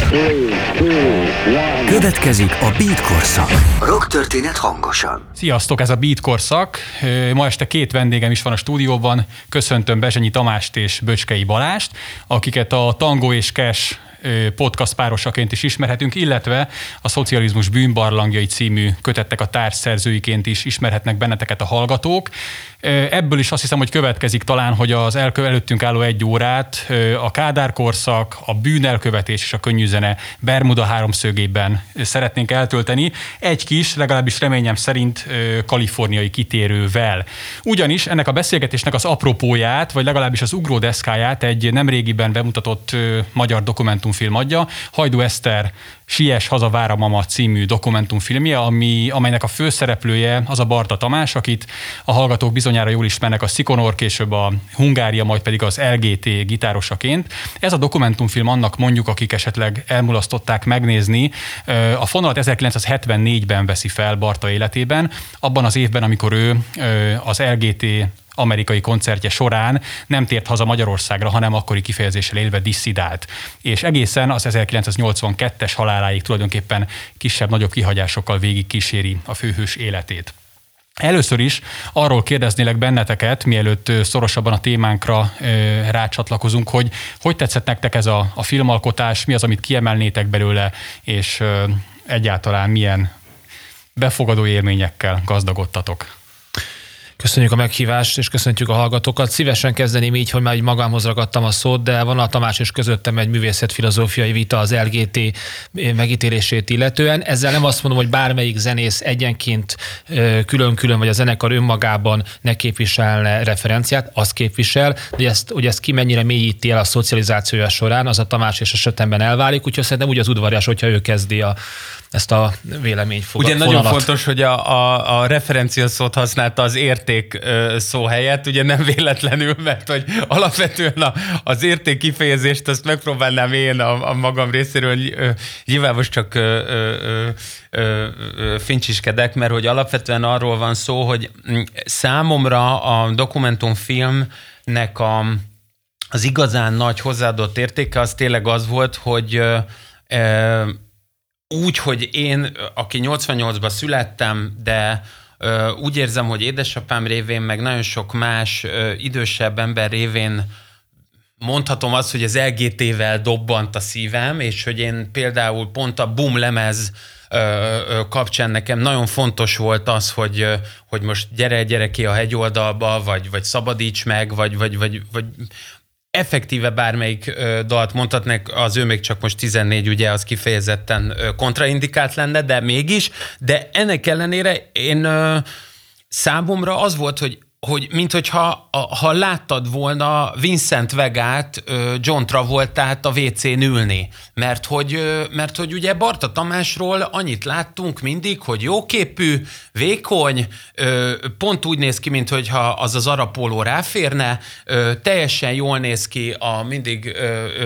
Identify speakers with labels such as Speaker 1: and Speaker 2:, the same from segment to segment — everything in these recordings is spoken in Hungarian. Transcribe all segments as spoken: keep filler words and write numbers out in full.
Speaker 1: Következik a Beat korszak. Rock történet hangosan.
Speaker 2: Sziasztok, ez a Beat korszak. Ma este két vendégem is van a stúdióban. Köszöntöm Bezsenyi Tamást és Böcskei Balást, akiket a Tango és Cash podcast párosaként is ismerhetünk, illetve a Szocializmus bűnbarlangjai című kötettek a társszerzőiként is ismerhetnek benneteket a hallgatók. Ebből is azt hiszem, hogy következik talán, hogy az előttünk álló egy órát a Kádár korszak, a bűnelkövetés és a könnyűzene Bermuda háromszögében szeretnénk eltölteni, egy kis, legalábbis reményem szerint kaliforniai kitérővel. Ugyanis ennek a beszélgetésnek az apropóját, vagy legalábbis az ugródeszkáját egy nemrégiben bemutatott magyar dokumentumfilm adja, Hajdú Eszter Siess haza, vár a mama című dokumentumfilmje, ami, amelynek a főszereplője az a Barta Tamás, akit a hallgatók bizonyára jól ismernek a Szikonor, később a Hungária, majd pedig az el gé té gitárosaként. Ez a dokumentumfilm annak mondjuk, akik esetleg elmulasztották megnézni, a fonalat ezerkilencszázhetvennégyben veszi fel Barta életében, abban az évben, amikor ő az el gé té amerikai koncertje során nem tért haza Magyarországra, hanem akkori kifejezéssel élve disszidált. És egészen az ezerkilencszáznyolcvankettes haláláig tulajdonképpen kisebb-nagyobb kihagyásokkal végig kíséri a főhős életét. Először is arról kérdeznélek benneteket, mielőtt szorosabban a témánkra rácsatlakozunk, hogy hogy tetszett nektek ez a, a filmalkotás, mi az, amit kiemelnétek belőle, és egyáltalán milyen befogadó élményekkel gazdagodtatok.
Speaker 3: Köszönjük a meghívást, és köszöntjük a hallgatókat. Szívesen kezdeném így, hogy már így magamhoz ragadtam a szót, de van a Tamás és közöttem egy művészetfilozófiai vita az el gé té megítélését illetően. Ezzel nem azt mondom, hogy bármelyik zenész egyenként külön-külön, vagy a zenekar önmagában ne képviselne referenciát, azt képvisel, de ezt, hogy ezt ki mennyire mélyíti el a szocializációja során, az a Tamás és esetemben elválik, úgyhogy szerintem úgy az udvarias, hogyha ő kezdi a ezt a véleményfogalat.
Speaker 4: Ugye nagyon fontos, hogy a, a, a referencia szót használta az érték szó helyett, ugye nem véletlenül, mert hogy alapvetően a, az érték kifejezést azt megpróbálnám én a, a magam részéről, nyilván most csak ö, ö, ö, ö, fincsiskedek, mert hogy alapvetően arról van szó, hogy számomra a dokumentumfilmnek a, az igazán nagy hozzáadott értéke az tényleg az volt, hogy ö, ö, úgy, hogy én, aki nyolcvannyolcban születtem, de ö, úgy érzem, hogy édesapám révén, meg nagyon sok más ö, idősebb ember révén mondhatom azt, hogy az el gé té-vel dobbant a szívem, és hogy én például pont a Boom lemez ö, ö, kapcsán nekem nagyon fontos volt az, hogy, ö, hogy most gyere, gyere ki a hegyoldalba, vagy, vagy szabadíts meg, vagy, vagy, vagy, vagy effektíve bármelyik ö, dalt mondhatnak, az ő még csak most tizennégy, ugye az kifejezetten ö, kontraindikált lenne, de mégis, de ennek ellenére én ö, számomra az volt, hogy hogy minthogyha ha láttad volna Vincent Vegát, John Travoltát a vécén ülni. Mert hogy, mert hogy ugye Barta Tamásról annyit láttunk mindig, hogy jóképű, vékony, pont úgy néz ki, minthogyha az az arapóló ráférne, teljesen jól néz ki a mindig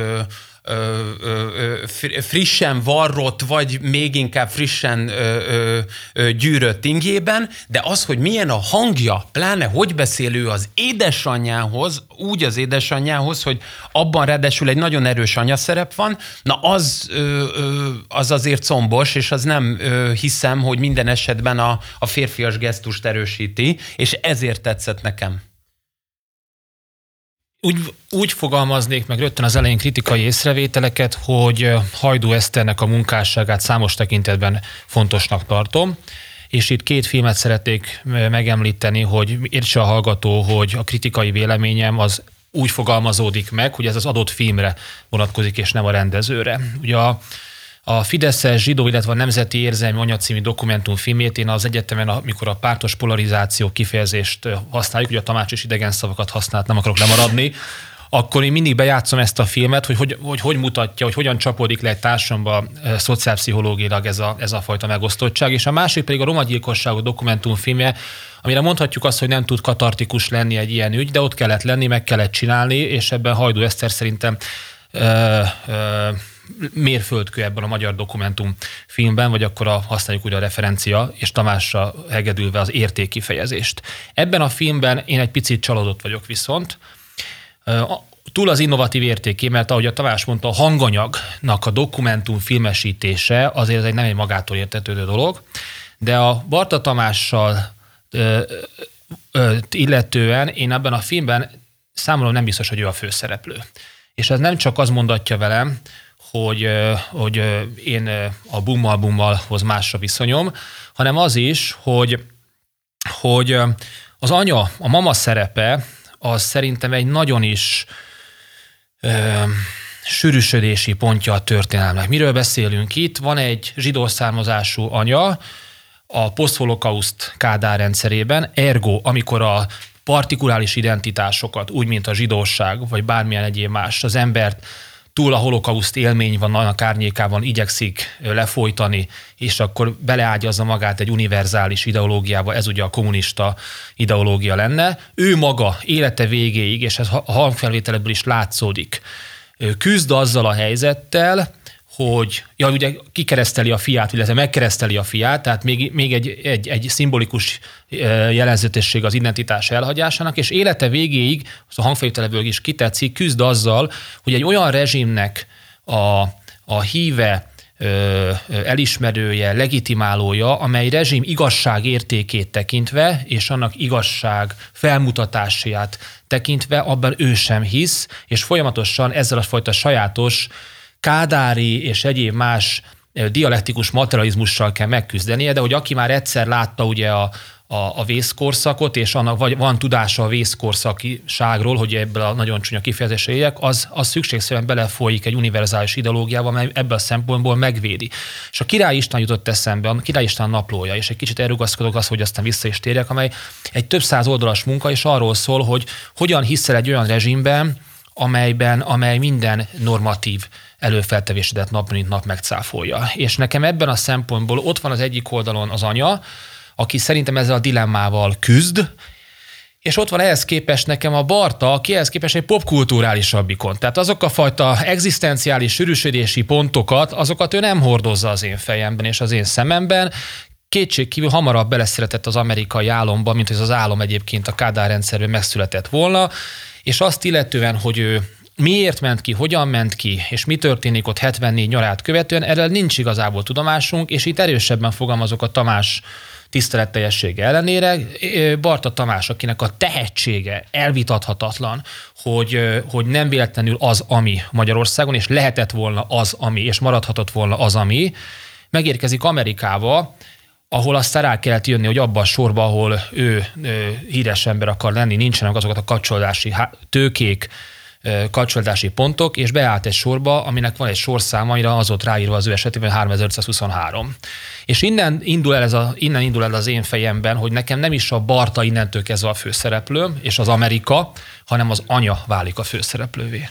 Speaker 4: Ö, ö, ö, frissen varrott, vagy még inkább frissen ö, ö, ö, gyűrött ingében, de az, hogy milyen a hangja, pláne hogy beszél ő az édesanyjához, úgy az édesanyjához, hogy abban ráadásul egy nagyon erős anyaszerep van, na az, ö, ö, az azért combos, és az nem ö, hiszem, hogy minden esetben a, a férfias gesztust erősíti, és ezért tetszett nekem.
Speaker 3: Úgy, úgy fogalmaznék meg rögtön az elején kritikai észrevételeket, hogy Hajdú Eszternek a munkásságát számos tekintetben fontosnak tartom, és itt két filmet szeretnék megemlíteni, hogy értse a hallgató, hogy a kritikai véleményem az úgy fogalmazódik meg, hogy ez az adott filmre vonatkozik, és nem a rendezőre. Ugye a A Fideszes zsidó, illetve a Nemzeti Érzelmi Anya című dokumentumfilmét én az egyetemen, amikor a pártos polarizáció kifejezést használjuk, ugye a Tamács is idegen szavakat használt, nem akarok lemaradni, akkor én mindig bejátszom ezt a filmet, hogy hogy, hogy, hogy mutatja, hogy hogyan csapódik le egy társadalomba e, szociálpszichológiailag ez a, ez a fajta megosztottság. És a másik pedig a romagyilkosságok dokumentumfilmje, amire mondhatjuk azt, hogy nem tud katartikus lenni egy ilyen ügy, de ott kellett lenni, meg kellett csinálni, és ebben Hajdú Eszter szerintem e, e, mérföldkő ebben a magyar dokumentumfilmben, vagy akkor a, használjuk úgy a referencia, és Tamásra hegedülve az értékkifejezést. Ebben a filmben én egy picit csalódott vagyok viszont. túl az innovatív értéké, mert ahogy a Tamás mondta, a hanganyagnak a dokumentum filmesítése azért egy nem egy magától értetődő dolog, de a Barta Tamással ö, ö, illetően én ebben a filmben számomra nem biztos, hogy ő a főszereplő. És ez nem csak az mondatja velem, hogy, hogy én a bummal-bummal hoz másra viszonyom, hanem az is, hogy, hogy az anya, a mama szerepe, az szerintem egy nagyon is ö, sűrűsödési pontja a történelmnek. Miről beszélünk itt? Van egy zsidó származású anya a posztholokauszt Kádár rendszerében, ergo, amikor a partikuláris identitásokat, úgy, mint a zsidóság, vagy bármilyen egyéb más, az embert túl a holokauszt élmény van annak árnyékában, igyekszik lefolytani, és akkor beleágyazza magát egy univerzális ideológiába, ez ugye a kommunista ideológia lenne. Ő maga élete végéig, és ez a hangfelvételekből is látszódik, küzd azzal a helyzettel, hogy ja, ugye kikereszteli a fiát, illetve megkereszteli a fiát, tehát még, még egy, egy, egy szimbolikus jelenzőtésség az identitás elhagyásának, és élete végéig, az a hangfelvételekből is kitetszik, küzd azzal, hogy egy olyan rezsimnek a, a híve, elismerője, legitimálója, amely rezsim igazság értékét tekintve, és annak igazság felmutatását tekintve, abban ő sem hisz, és folyamatosan ezzel a fajta sajátos kádári és egyéb más dialektikus materializmussal kell megküzdenie, de hogy aki már egyszer látta ugye a, a, a vészkorszakot, és annak vagy van tudása a vészkorszakiságról, hogy ebből a nagyon csúnya kifejezésre éljek, az, az szükségszerűen belefolyik egy univerzális ideológiába, amely ebből a szempontból megvédi. És a Király István jutott eszembe, a Király István naplója, és egy kicsit elrugaszkodok az, hogy aztán vissza is térjek, amely egy több száz oldalas munka, és arról szól, hogy hogyan hiszel egy olyan rezsimben, amelyben, amely minden normatív előfeltevésedet nap mint nap megcáfolja. És nekem ebben a szempontból ott van az egyik oldalon az anya, aki szerintem ezzel a dilemmával küzd, és ott van ehhez képest nekem a Barta, aki ehhez képest egy popkulturálisabb ikon. Tehát azok a fajta egzisztenciális sűrűsödési pontokat, azokat ő nem hordozza az én fejemben és az én szememben. Kétségkívül hamarabb beleszeretett az amerikai álomba, mint hogy az álom egyébként a Kádár rendszerben megszületett volna, és azt illetően, hogy ő miért ment ki, hogyan ment ki, és mi történik ott hetvennégy nyarát követően, erről nincs igazából tudomásunk, és itt erősebben fogalmazok a Tamás tiszteletteljessége ellenére. Barta Tamás, akinek a tehetsége elvitathatatlan, hogy, hogy nem véletlenül az, ami Magyarországon, és lehetett volna az, ami, és maradhatott volna az, ami, megérkezik Amerikába, ahol aztán rá kellett jönni, hogy abban a sorban, ahol ő, ő híres ember akar lenni, nincsenek azokat a kapcsolódási tőkék, kapcsolódási pontok, és beállt egy sorba, aminek van egy sorszáma, amire az ott ráírva az ő esetében háromezer-ötszázhuszonhárom. És innen indul, el ez a, innen indul el az én fejemben, hogy nekem nem is a Barta innentől kezdve a főszereplőm, és az Amerika, hanem az anya válik a főszereplővé.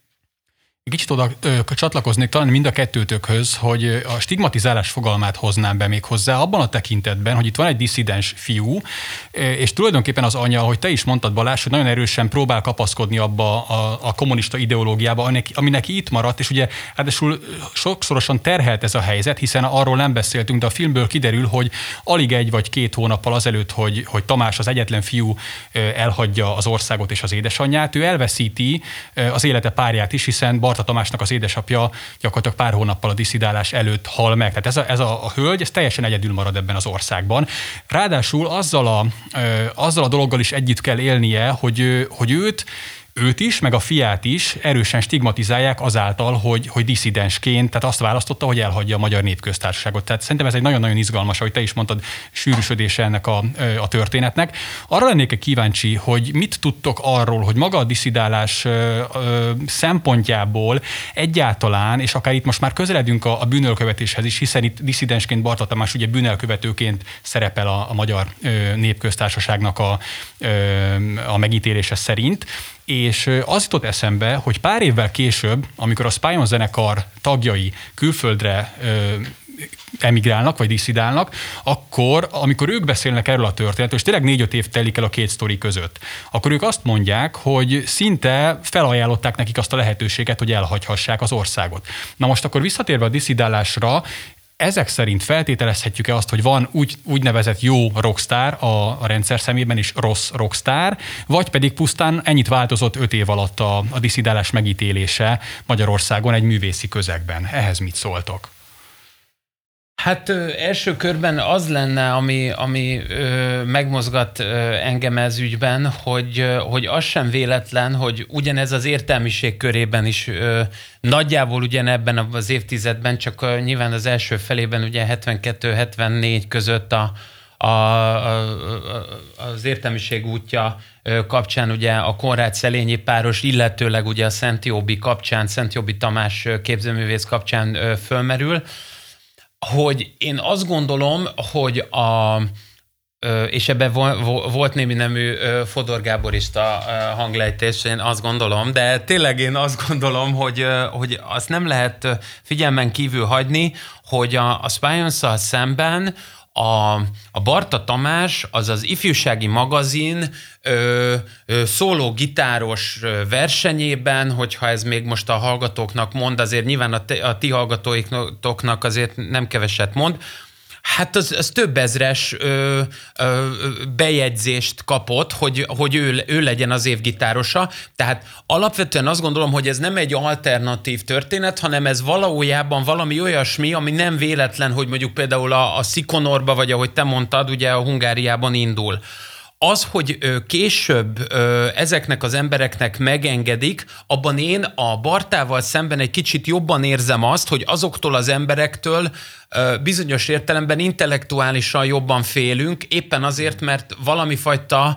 Speaker 2: Kicsit oda ö, csatlakoznék talán mind a kettőtökhöz, hogy a stigmatizálás fogalmát hoznám be még hozzá, abban a tekintetben, hogy itt van egy disszidens fiú, és tulajdonképpen az anya, ahogy te is mondtad, Balázs, hogy nagyon erősen próbál kapaszkodni abba a, a kommunista ideológiába, ami neki itt maradt, és ugye ráadásul sokszorosan terhelt ez a helyzet, hiszen arról nem beszéltünk, de a filmből kiderül, hogy alig egy vagy két hónappal azelőtt, hogy, hogy Tamás, az egyetlen fiú elhagyja az országot és az édesanyját, ő elveszíti az élete párját is, hiszen Barta Tamásnak az édesapja gyakorlatilag pár hónappal a disszidálás előtt hal meg. Tehát ez a, ez a, a hölgy, ez teljesen egyedül marad ebben az országban. Ráadásul azzal a, ö, azzal a dologgal is együtt kell élnie, hogy, hogy őt Őt is, meg a fiát is erősen stigmatizálják azáltal, hogy, hogy disszidensként, tehát azt választotta, hogy elhagyja a Magyar Népköztársaságot. Tehát szerintem ez egy nagyon-nagyon izgalmas, ahogy te is mondtad, sűrűsödése ennek a, a történetnek. Arra lennék kíváncsi, hogy mit tudtok arról, hogy maga a disszidálás ö, ö, szempontjából egyáltalán, és akár itt most már közeledünk a, a bűnelkövetéshez is, hiszen itt disszidensként Barta Tamás ugye bűnelkövetőként szerepel a, a Magyar ö, Népköztársaságnak a, ö, a megítélése szerint. És az jutott eszembe, hogy pár évvel később, amikor a Spion zenekar tagjai külföldre ö, emigrálnak, vagy disszidálnak, akkor, amikor ők beszélnek erről a történetről, és tényleg négy-öt év telik el a két sztori között, akkor ők azt mondják, hogy szinte felajánlották nekik azt a lehetőséget, hogy elhagyhassák az országot. Na most akkor visszatérve a disszidálásra, ezek szerint feltételezhetjük-e azt, hogy van úgy, úgynevezett jó rockstar a, a rendszer szemében is rossz rockstar, vagy pedig pusztán ennyit változott öt év alatt a, a disszidálás megítélése Magyarországon egy művészi közegben? Ehhez mit szóltok?
Speaker 4: Hát ö, első körben az lenne, ami, ami ö, megmozgat ö, engem ez ügyben, hogy, ö, hogy az sem véletlen, hogy ugyanez az értelmiség körében is ö, nagyjából ugyanebben az évtizedben, csak ö, nyilván az első felében ugye hetvenkettő hetvennégy között a, a, a, az értelmiség útja kapcsán ugye a Konrád-Szelényi páros, illetőleg ugye a Szent Jóbi kapcsán, Szent Jóbi Tamás képzőművész kapcsán ö, fölmerül, hogy én azt gondolom, hogy a, és ebben volt némi nemű Fodor Gáborista hanglejtés, én azt gondolom, de tényleg én azt gondolom, hogy, hogy azt nem lehet figyelmen kívül hagyni, hogy a, a Spionsszal szemben A, a Barta Tamás az az ifjúsági magazin ö, ö, szóló gitáros versenyében, hogyha ez még most a hallgatóknak mond, azért nyilván a, te, a ti hallgatóiknak azért nem keveset mond, hát az, az több ezres ö, ö, bejegyzést kapott, hogy, hogy ő, ő legyen az év gitárosa. Tehát alapvetően azt gondolom, hogy ez nem egy alternatív történet, hanem ez valójában valami olyasmi, ami nem véletlen, hogy mondjuk például a, a Szikonorba, vagy ahogy te mondtad, ugye a Hungáriában indul. Az, hogy később ezeknek az embereknek megengedik, abban én a Bartával szemben egy kicsit jobban érzem azt, hogy azoktól az emberektől bizonyos értelemben intellektuálisan jobban félünk, éppen azért, mert valami fajta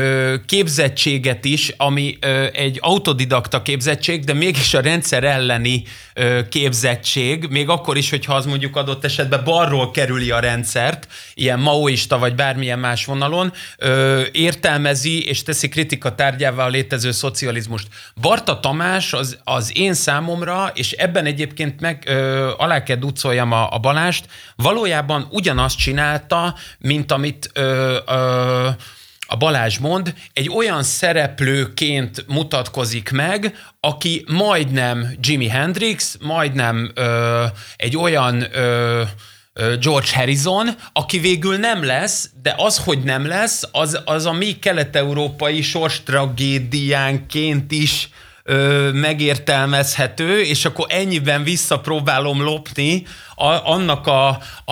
Speaker 4: képzettséget is, ami egy autodidakta képzettség, de mégis a rendszer elleni képzettség, még akkor is, hogyha az mondjuk adott esetben balról kerüli a rendszert, ilyen maoista vagy bármilyen más vonalon, értelmezi és teszi kritika tárgyává a létező szocializmust. Barta Tamás az, az én számomra, és ebben egyébként meg ö, alá kell ducoljam a, a Balást, valójában ugyanazt csinálta, mint amit ö, ö, a Balázs mond, egy olyan szereplőként mutatkozik meg, aki majdnem Jimi Hendrix, majdnem ö, egy olyan ö, George Harrison, aki végül nem lesz, de az, hogy nem lesz, az, az a mi kelet-európai sorstragédiánként is ö, megértelmezhető, és akkor ennyiben visszapróbálom lopni a, annak a,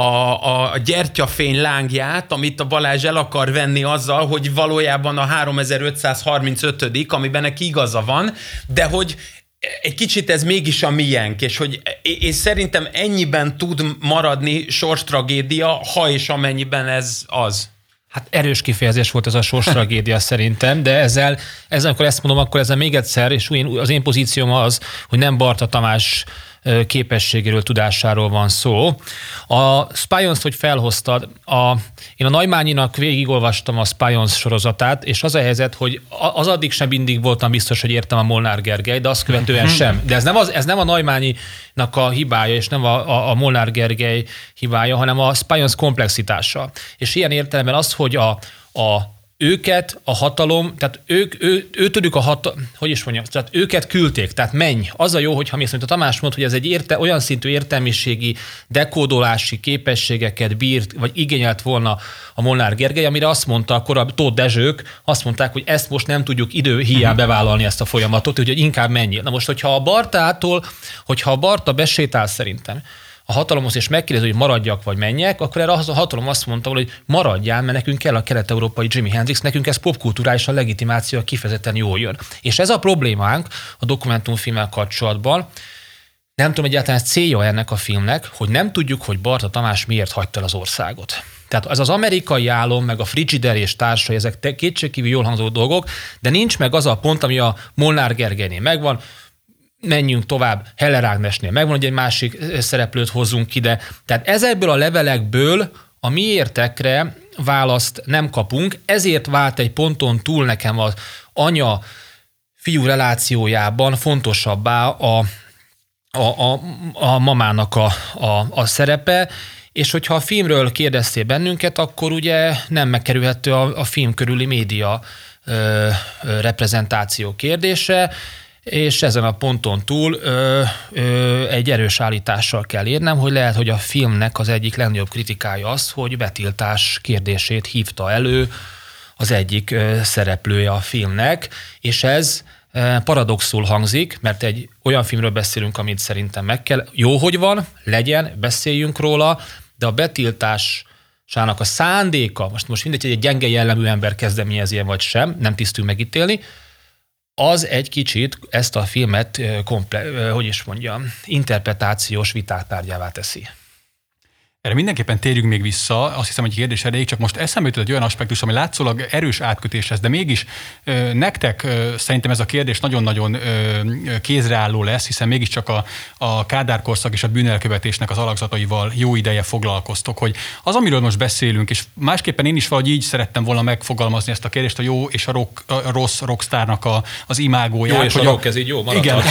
Speaker 4: a, a gyertyafény lángját, amit a Balázs el akar venni azzal, hogy valójában a háromezer-ötszázharmincötödik, amiben neki igaza van, de hogy egy kicsit ez mégis a miénk, és hogy és szerintem ennyiben tud maradni sorstragédia, ha és amennyiben ez az.
Speaker 3: Hát erős kifejezés volt ez a sorstragédia szerintem, de ezzel, ezzel, amikor ezt mondom, akkor ezzel még egyszer, és az én pozícióm az, hogy nem Barta Tamás képességéről, tudásáról van szó. A Spions, hogy felhoztad, a, én a Naimányinak végigolvastam a Spions sorozatát, és az a helyzet, hogy az addig sem mindig voltam biztos, hogy értem a Molnár Gergely, de azt követően sem. De ez nem, az, ez nem a Naimányinak a hibája, és nem a, a, a Molnár Gergely hibája, hanem a Spions komplexitása. És ilyen értelemben az, hogy a, a őket a hatalom, tehát ők, ő, őtőlük a hatalom, hogy is mondjam, tehát őket küldték, tehát menj. Az a jó, hogyha mi azt mondja, a Tamás mondta, hogy ez egy érte, olyan szintű értelmiségi, dekódolási képességeket bírt, vagy igényelt volna a Molnár Gergely, amire azt mondta a korábbi Tóth Dezsők, azt mondták, hogy ezt most nem tudjuk idő hiány bevállalni ezt a folyamatot, úgyhogy inkább menjél. Na most, hogyha a Bartától, hogyha a Barta besétál szerintem a hatalomhoz, és megkérdezi, hogy maradjak, vagy menjek, akkor erre a hatalom azt mondta, hogy maradjál, mert nekünk kell a kelet-európai Jimi Hendrix, nekünk ez popkulturális, a legitimáció kifejezetten jól jön. És ez a problémánk a dokumentumfilmmel kapcsolatban. Nem tudom egyáltalán célja ennek a filmnek, hogy nem tudjuk, hogy Barta Tamás miért hagyta el az országot. Tehát ez az amerikai álom, meg a Frigider és társai, ezek kétségkívül jól hangzó dolgok, de nincs meg az a pont, ami a Molnár Gergelynél megvan. Menjünk tovább, Heller Ágnesnél megvan, hogy egy másik szereplőt hozzunk ide. Tehát ezekből a levelekből a miértekre választ nem kapunk, ezért vált egy ponton túl nekem az anya-fiú relációjában fontosabbá a, a, a, a mamának a, a, a szerepe, és hogyha a filmről kérdeztél bennünket, akkor ugye nem megkerülhető a, a film körüli média ö, ö, reprezentáció kérdése. És ezen a ponton túl ö, ö, egy erős állítással kell érnem, hogy lehet, hogy a filmnek az egyik legnagyobb kritikája az, hogy betiltás kérdését hívta elő az egyik ö, szereplője a filmnek, és ez ö, paradoxul hangzik, mert egy olyan filmről beszélünk, amit szerintem meg kell. Jó, hogy van, legyen, beszéljünk róla, de a betiltásának a szándéka, most, most mindegy, hogy egy gyenge jellemű ember kezdeményezi vagy sem, nem tisztül megítélni, az egy kicsit ezt a filmet, komple- hogy is mondjam, interpretációs vitáktárgyává teszi.
Speaker 2: Erre mindenképpen térjünk még vissza, azt hiszem, hogy kérdés erejéig, csak most eszembe jutott egy olyan aspektus, ami látszólag erős átkötés lesz, de mégis ö, nektek ö, szerintem ez a kérdés nagyon-nagyon ö, kézreálló lesz, hiszen mégiscsak a, a Kádár korszak és a bűnelkövetésnek az alakzataival jó ideje foglalkoztok, hogy az, amiről most beszélünk, és másképpen én is valahogy így szerettem volna megfogalmazni ezt a kérdést, a jó és a, rock, a rossz rockstárnak a, az imágóját.
Speaker 3: Jó és
Speaker 2: hogy
Speaker 3: a rock, ez így jó maradhat.
Speaker 2: Igen.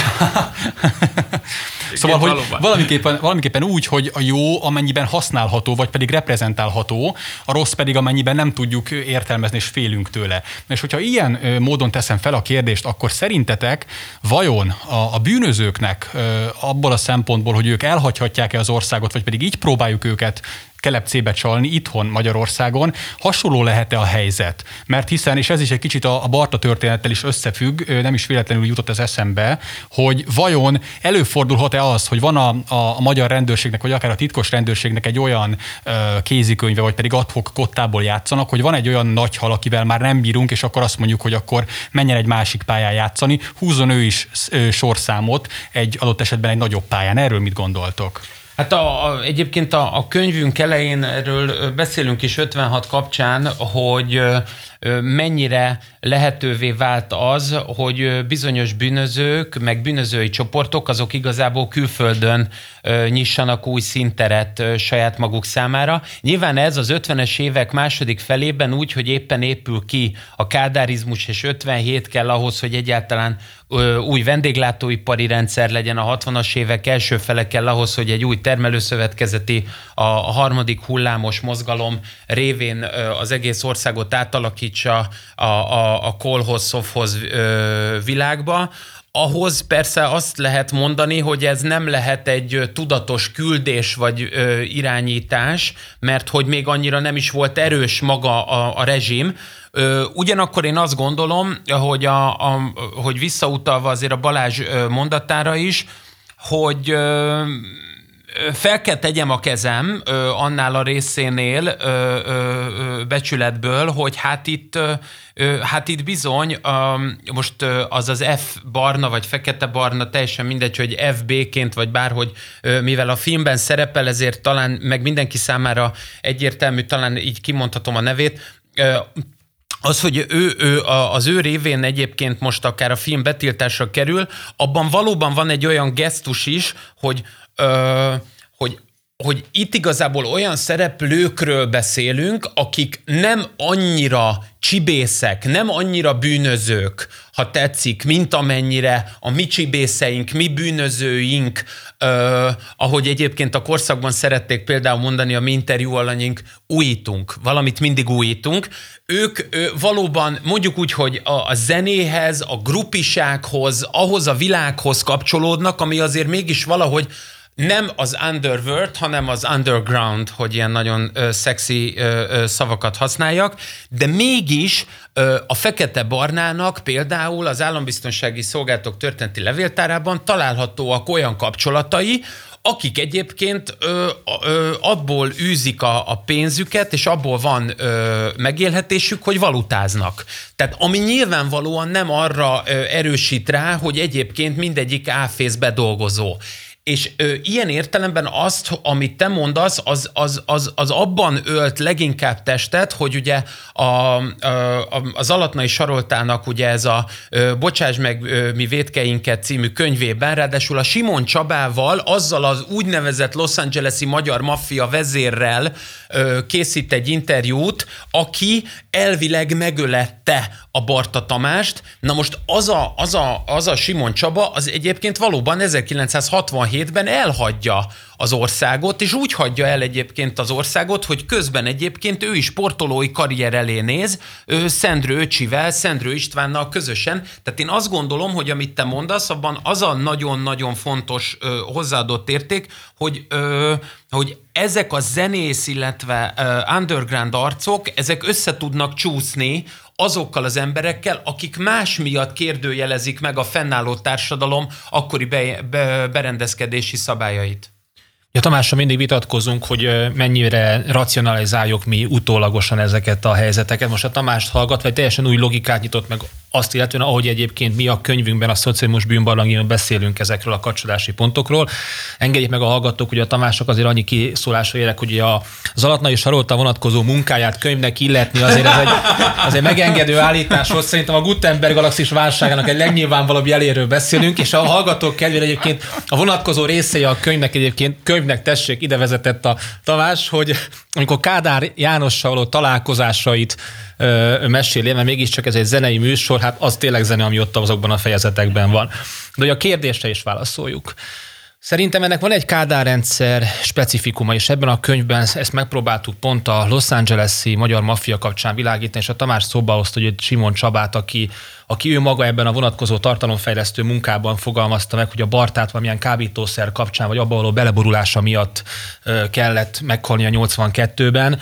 Speaker 2: Szóval, hogy valamiképpen, valamiképpen úgy, hogy a jó amennyiben használható, vagy pedig reprezentálható, a rossz pedig amennyiben nem tudjuk értelmezni, és félünk tőle. És hogyha ilyen módon teszem fel a kérdést, akkor szerintetek vajon a, a bűnözőknek abból a szempontból, hogy ők elhagyhatják-e az országot, vagy pedig így próbáljuk őket kelepcébe csalni itthon Magyarországon, hasonló lehet-e a helyzet? Mert hiszen, és ez is egy kicsit a, a Barta történettel is összefügg, nem is véletlenül jutott ez eszembe, hogy vajon előfordulhat-e az, hogy van a, a, a magyar rendőrségnek, vagy akár a titkos rendőrségnek egy olyan uh, kézikönyve, vagy pedig ad hoc kottából játszanak, hogy van egy olyan nagy hal, akivel már nem bírunk, és akkor azt mondjuk, hogy akkor menjen egy másik pályán játszani, húzzon ő is uh, sorszámot egy adott esetben egy nagyobb pályán. Erről mit gondoltok?
Speaker 4: Hát a, a, egyébként a, a könyvünk elején erről beszélünk is ötvenhat kapcsán, hogy mennyire lehetővé vált az, hogy bizonyos bűnözők, meg bűnözői csoportok, azok igazából külföldön nyissanak új színteret saját maguk számára. Nyilván ez az ötvenes évek második felében úgy, hogy éppen épül ki a kádárizmus, és ötvenhét kell ahhoz, hogy egyáltalán új vendéglátóipari rendszer legyen, a hatvanas évek első fele kell ahhoz, hogy egy új termelőszövetkezeti, a harmadik hullámos mozgalom révén az egész országot átalakítsa a, a, a kolhoz, szovhoz világba. Ahhoz persze azt lehet mondani, hogy ez nem lehet egy tudatos küldés vagy ö, irányítás, mert hogy még annyira nem is volt erős maga a, a rezsim. Ö, ugyanakkor én azt gondolom, hogy, a, a, hogy visszautalva azért a Balázs mondatára is, hogy ö, fel kell tegyem a kezem ö, annál a részénél ö, ö, becsületből, hogy hát itt, ö, hát itt bizony, ö, most ö, az az F barna, vagy fekete barna, teljesen mindegy, hogy F B-ként, vagy bárhogy, ö, mivel a filmben szerepel, ezért talán meg mindenki számára egyértelmű, talán így kimondhatom a nevét, ö, az, hogy ő, ő, az ő révén egyébként most akár a film betiltásra kerül, abban valóban van egy olyan gesztus is, hogy, ö, hogy, hogy itt igazából olyan szereplőkről beszélünk, akik nem annyira csibészek, nem annyira bűnözők, ha tetszik, mint amennyire a mi csibészeink, mi bűnözőink, ö, ahogy egyébként a korszakban szerették például mondani a mi interjú alanyaink, újítunk, valamit mindig újítunk. Ők ö, valóban mondjuk úgy, hogy a, a zenéhez, a grupisághoz, ahhoz a világhoz kapcsolódnak, ami azért mégis valahogy nem az underworld, hanem az underground, hogy ilyen nagyon ö, szexi ö, ö, szavakat használjak, de mégis ö, a Fekete-Barnának például az Állambiztonsági Szolgálatok történeti levéltárában találhatóak olyan kapcsolatai, akik egyébként ö, ö, abból űzik a, a pénzüket, és abból van ö, megélhetésük, hogy valutáznak. Tehát ami nyilvánvalóan nem arra ö, erősít rá, hogy egyébként mindegyik áfész bedolgozó. És ö, ilyen értelemben azt, amit te mondasz, az, az, az, az abban ölt leginkább testet, hogy ugye a, a, az Alatnai Saroltának ugye ez a ö, Bocsáss meg ö, mi vétkeinket című könyvében, ráadásul a Simon Csabával, azzal az úgynevezett Los Angeles-i magyar maffia vezérrel ö, készít egy interjút, aki elvileg megölette a Barta Tamást. Na most az a, az a, az a Simon Csaba, az egyébként valóban ezerkilencszázhatvanhét hétben elhagyja az országot, és úgy hagyja el egyébként az országot, hogy közben egyébként ő is sportolói karrier elé néz, ő Szendrő öcsivel, Szendrő Istvánnal közösen. Tehát én azt gondolom, hogy amit te mondasz, abban az a nagyon-nagyon fontos ö, hozzáadott érték, hogy, ö, hogy ezek a zenész, illetve ö, underground arcok, ezek össze tudnak csúszni azokkal az emberekkel, akik más miatt kérdőjelezik meg a fennálló társadalom akkori be, be, berendezkedési szabályait.
Speaker 3: Ja, Tamással mindig vitatkozunk, hogy mennyire racionalizáljuk mi utólagosan ezeket a helyzeteket. Most a Tamást hallgatva egy teljesen új logikát nyitott meg azt illetően, ahogy egyébként mi a könyvünkben, a Szocializmus bűnbarlangjában beszélünk ezekről a kapcsolási pontokról. Engedjék meg a hallgatók, hogy a Tamásnak azért annyi kiszólásra érek, hogy az Alatnai Sarolta vonatkozó munkáját könyvnek illetni azért ez egy, az egy megengedő állítás volt. Szerintem a Gutenberg galaxis válságának egy legnyilvánvalóbb jeléről beszélünk, és a hallgatók kedvére egyébként a vonatkozó részei a könyvnek egyébként könyvnek tessék, ide vezetett a Tamás, hogy amikor Kádár Jánossal való találkozásait ö, meséli, mert mégiscsak ez egy zenei műsor, hát az tényleg zene, ami ott azokban a fejezetekben van. De hogy a kérdésre is válaszoljuk. Szerintem ennek van egy Kádár-rendszer specifikuma, és ebben a könyvben ezt megpróbáltuk pont a Los Angeles-i magyar maffia kapcsán világítani, és a Tamás szóba hozta, hogy Simon Csabát, aki, aki ő maga ebben a vonatkozó tartalomfejlesztő munkában fogalmazta meg, hogy a Bartát valamilyen kábítószer kapcsán, vagy abban való beleborulása miatt ö, kellett meghalni a nyolcvankettőben.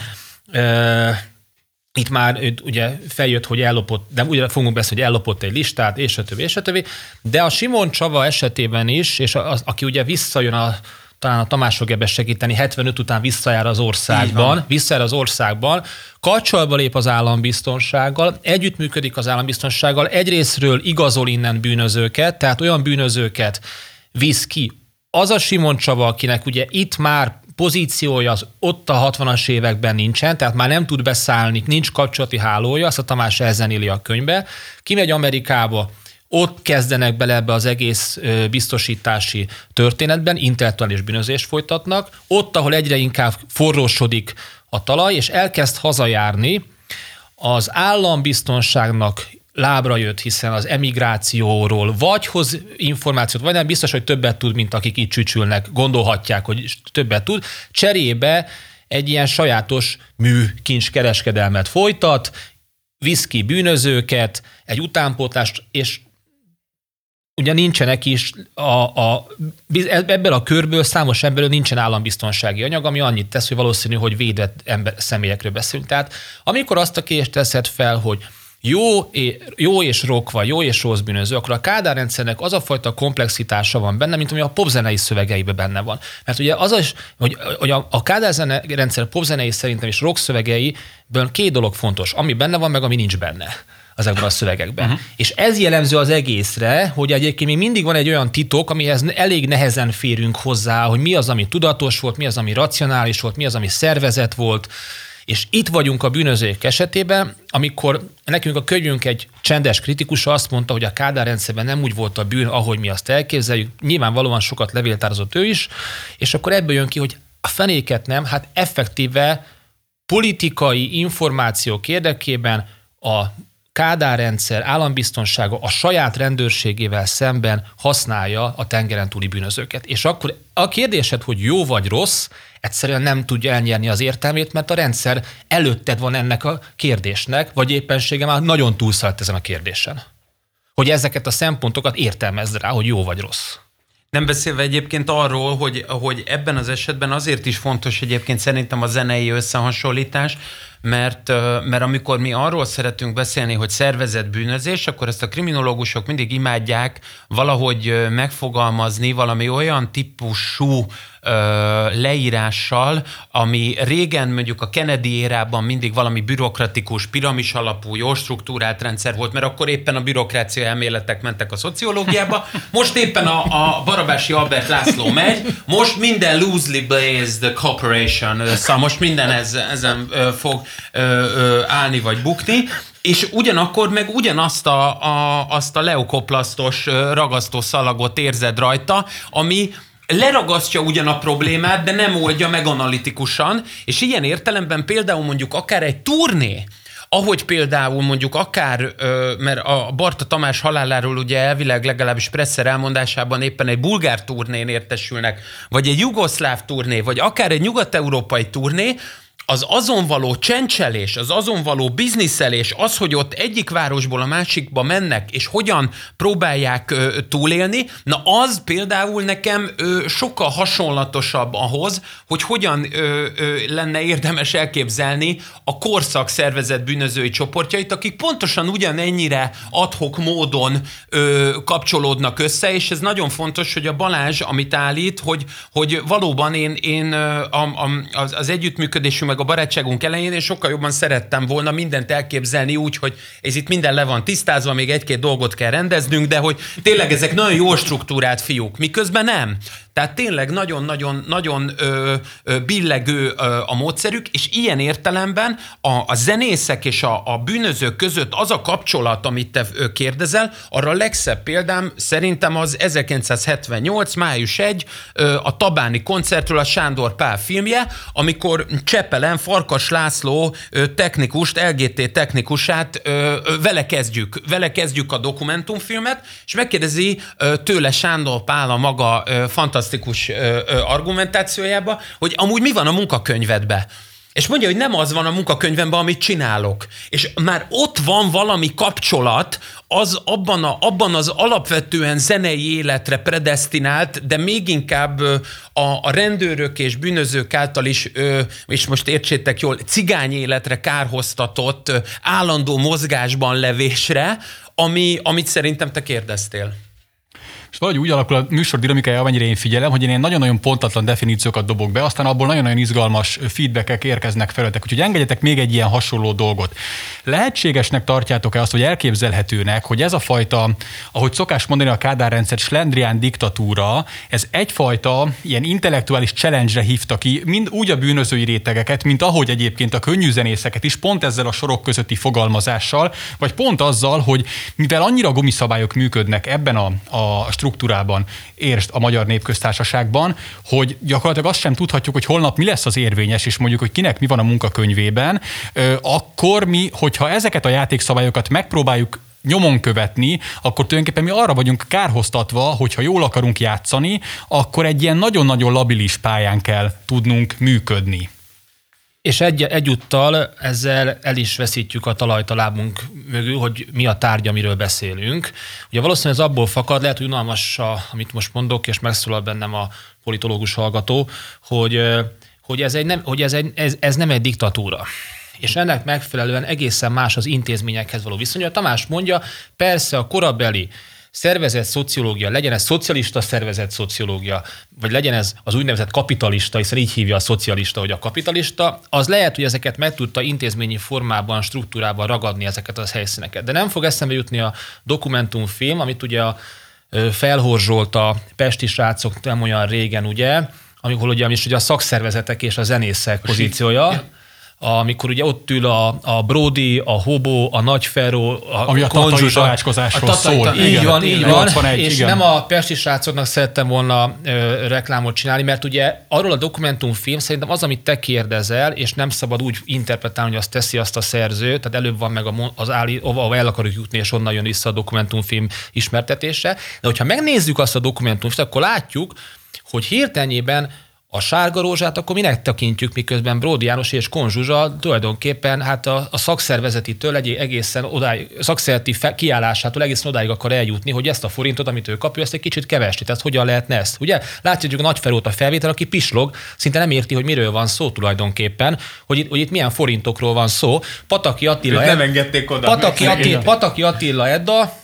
Speaker 3: Ö, Itt már ugye feljött, hogy ellopott, de ugye fogunk beszélni, hogy ellopott egy listát, és a többi, és a többi. De a Simon Csaba esetében is, és az, aki ugye visszajön, a, talán a Tamás fog ebben segíteni, hetvenöt után visszajár az országban, visszajár az országban, kapcsolatba lép az állambiztonsággal, együttműködik az állambiztonsággal, egyrészről igazol innen bűnözőket, tehát olyan bűnözőket visz ki. Az a Simon Csaba, akinek ugye itt már pozíciója az ott a hatvanas években nincsen, tehát már nem tud beszállni, nincs kapcsolati hálója, azt a Tamás elzenéli a könyvbe, kimegy Amerikába, ott kezdenek bele ebbe az egész biztosítási történetben, intellektuális bűnözést folytatnak, ott, ahol egyre inkább forrósodik a talaj, és elkezd hazajárni, az állambiztonságnak lábra jött, hiszen az emigrációról vagy hoz információt, vagy nem, biztos, hogy többet tud, mint akik itt csücsülnek, gondolhatják, hogy többet tud. Cserébe egy ilyen sajátos műkincskereskedelmet folytat, visz ki bűnözőket, egy utánpótlást, és ugye nincsenek is, a, a, ebből a körből, számos emberről nincsen állambiztonsági anyag, ami annyit tesz, hogy valószínű, hogy védett ember, személyekről beszélünk. Tehát amikor azt a kérdést teszed fel, hogy Jó, jó és rock vagy, jó és rossz bűnöző, akkor a Kádár rendszernek az a fajta komplexitása van benne, mint ami a popzenei szövegeiben benne van. Mert ugye az is, hogy, hogy a, a Kádár rendszer popzenei szerintem és rock szövegeiből két dolog fontos, ami benne van, meg ami nincs benne ezekben a szövegekben. Uh-huh. És ez jellemző az egészre, hogy egyébként még mindig van egy olyan titok, amihez elég nehezen férünk hozzá, hogy mi az, ami tudatos volt, mi az, ami racionális volt, mi az, ami szervezet volt. És itt vagyunk a bűnözők esetében, amikor nekünk a könyvünk egy csendes kritikusa azt mondta, hogy a Kádár rendszerben nem úgy volt a bűn, ahogy mi azt elképzeljük. Nyilvánvalóan sokat levéltározott ő is, és akkor ebből jön ki, hogy a fenéket nem, hát effektíve politikai információk érdekében a Kádár rendszer állambiztonsága a saját rendőrségével szemben használja a tengeren túli bűnözőket. És akkor a kérdésed, hogy jó vagy rossz, egyszerűen nem tudja elnyerni az értelmét, mert a rendszer előtted van ennek a kérdésnek, vagy éppenséggel már nagyon túlszaladt ezen a kérdésen. Hogy ezeket a szempontokat értelmezd rá, hogy jó vagy rossz.
Speaker 4: Nem beszélve egyébként arról, hogy, hogy ebben az esetben azért is fontos egyébként szerintem a zenei összehasonlítás, mert, mert amikor mi arról szeretünk beszélni, hogy szervezett bűnözés, akkor ezt a kriminológusok mindig imádják valahogy megfogalmazni valami olyan típusú leírással, ami régen mondjuk a Kennedy érában mindig valami bürokratikus, piramis alapú, jó struktúrált rendszer volt, mert akkor éppen a bürokrácia elméletek mentek a szociológiába, most éppen a, a Barabási Albert László megy, most minden loosely based cooperation, szóval most minden ez, ezen fog állni vagy bukni, és ugyanakkor meg ugyanazt a, a, azt a leukoplasztos ragasztószalagot érzed rajta, ami leragasztja ugyan a problémát, de nem oldja meg analitikusan, és ilyen értelemben például mondjuk akár egy turné, ahogy például mondjuk akár, mert a Barta Tamás haláláról ugye elvileg legalábbis Presser elmondásában éppen egy bulgár turnén értesülnek, vagy egy jugoszláv turné, vagy akár egy nyugat-európai turné, az azon való csencselés, az azon való bizniszelés, az, hogy ott egyik városból a másikba mennek, és hogyan próbálják ö, túlélni, na az például nekem ö, sokkal hasonlatosabb ahhoz, hogy hogyan ö, ö, lenne érdemes elképzelni a korszak szervezett bűnözői csoportjait, akik pontosan ugyanennyire ad-hoc módon ö, kapcsolódnak össze, és ez nagyon fontos, hogy a Balázs, amit állít, hogy, hogy valóban én, én a, a, az, az együttműködésünk meg a barátságunk elején én sokkal jobban szerettem volna mindent elképzelni úgy, hogy ez itt minden le van tisztázva, még egy-két dolgot kell rendeznünk, de hogy tényleg ezek nagyon jól struktúrált fiúk, miközben nem. Tehát tényleg nagyon-nagyon-nagyon billegő ö, a módszerük, és ilyen értelemben a, a zenészek és a, a bűnözők között az a kapcsolat, amit te ö, kérdezel, arra a legszebb példám szerintem az ezerkilencszázhetvennyolc. május elsején ö, a Tabáni koncertről a Sándor Pál filmje, amikor Csepelen Farkas László ö, technikust, el gé té technikusát ö, ö, vele kezdjük, vele kezdjük a dokumentumfilmet, és megkérdezi ö, tőle Sándor Pál a maga ö, fantasztikus fantasztikus ö, ö, argumentációjába, hogy amúgy mi van a munkakönyvedben. És mondja, hogy nem az van a munkakönyvemben, amit csinálok. És már ott van valami kapcsolat, az abban, a, abban az alapvetően zenei életre predesztinált, de még inkább a, a rendőrök és bűnözők által is, és most értsétek jól, cigány életre kárhoztatott állandó mozgásban levésre, ami, amit szerintem te kérdeztél.
Speaker 2: És valahogy úgy alakul a műsor dinamikája, amennyire én figyelem, hogy én ilyen nagyon-nagyon pontatlan definíciókat dobok be, aztán abból nagyon-nagyon izgalmas feedbackek érkeznek felőletek. Úgyhogy engedjetek még egy ilyen hasonló dolgot. Lehetségesnek tartjátok-e azt, vagy elképzelhetőnek, hogy ez a fajta, ahogy szokás mondani a Kádár rendszer, slendrián diktatúra, ez egyfajta ilyen intellektuális challenge-re hívta ki, mind úgy a bűnözői rétegeket, mint ahogy egyébként a könnyű zenészeket is, pont ezzel a sorok közötti fogalmazással, vagy pont azzal, hogy mivel annyira gumiszabályok működnek ebben a, a struktúrában, értsd a Magyar Népköztársaságban, hogy gyakorlatilag azt sem tudhatjuk, hogy holnap mi lesz az érvényes, és mondjuk, hogy kinek mi van a munkakönyvében, akkor mi, hogyha ezeket a játékszabályokat megpróbáljuk nyomon követni, akkor tulajdonképpen mi arra vagyunk kárhoztatva, hogyha jól akarunk játszani, akkor egy ilyen nagyon-nagyon labilis pályán kell tudnunk működni.
Speaker 3: És egy, egyúttal ezzel el is veszítjük a talajt a lábunk mögül, hogy mi a tárgy, amiről beszélünk. Ugye valószínűleg ez abból fakad, lehet, hogy unalmas, amit most mondok, és megszólal bennem a politológus hallgató, hogy, hogy, ez, egy nem, hogy ez, egy, ez, ez nem egy diktatúra. És ennek megfelelően egészen más az intézményekhez való viszony. A Tamás mondja, persze a korabeli szervezett szociológia, legyen ez szocialista szervezett szociológia, vagy legyen ez az úgynevezett kapitalista, hiszen így hívja a szocialista, hogy a kapitalista, az lehet, hogy ezeket meg tudta intézményi formában, struktúrában ragadni ezeket az helyszíneket. De nem fog eszembe jutni a dokumentumfilm, amit ugye a felhorzsolt a pesti srácok nem olyan régen, ugye, amikor ugye, ugye a szakszervezetek és a zenészek pozíciója, amikor ugye ott ül a, a Brody, a Hobo, a Nagy Feró, a
Speaker 2: ami a tatai tanácskozásról szól.
Speaker 3: Így igen, van, így van, nyolcvanegy, és
Speaker 2: igen.
Speaker 3: Nem a pesti srácoknak szerettem volna ö, reklámot csinálni, mert ugye arról a dokumentumfilm szerintem az, amit te kérdezel, és nem szabad úgy interpretálni, hogy azt teszi azt a szerző, tehát előbb van meg az áll, ahol el akarjuk jutni, és onnan jön vissza a dokumentumfilm ismertetése. De hogyha megnézzük azt a dokumentumfilmet, akkor látjuk, hogy hirtelenjében a sárga rózsát akkor minek tekintjük, miközben Bródi János és Kon Zsuzsa tulajdonképpen hát a, a szakszervezetitől egy egészen odáig, szakszervezeti kiállásától egészen odáig akar eljutni, hogy ezt a forintot, amit ő kapja, ezt egy kicsit kevesni. Tehát hogyan lehetne ezt? Ugye látjuk a Nagy Ferót a felvétel, aki pislog, szinte nem érti, hogy miről van szó tulajdonképpen, hogy itt, hogy itt milyen forintokról van szó. Pataki Attila,
Speaker 4: nem engedték oda.
Speaker 3: Pataki Attila, Pataki Attila Edda,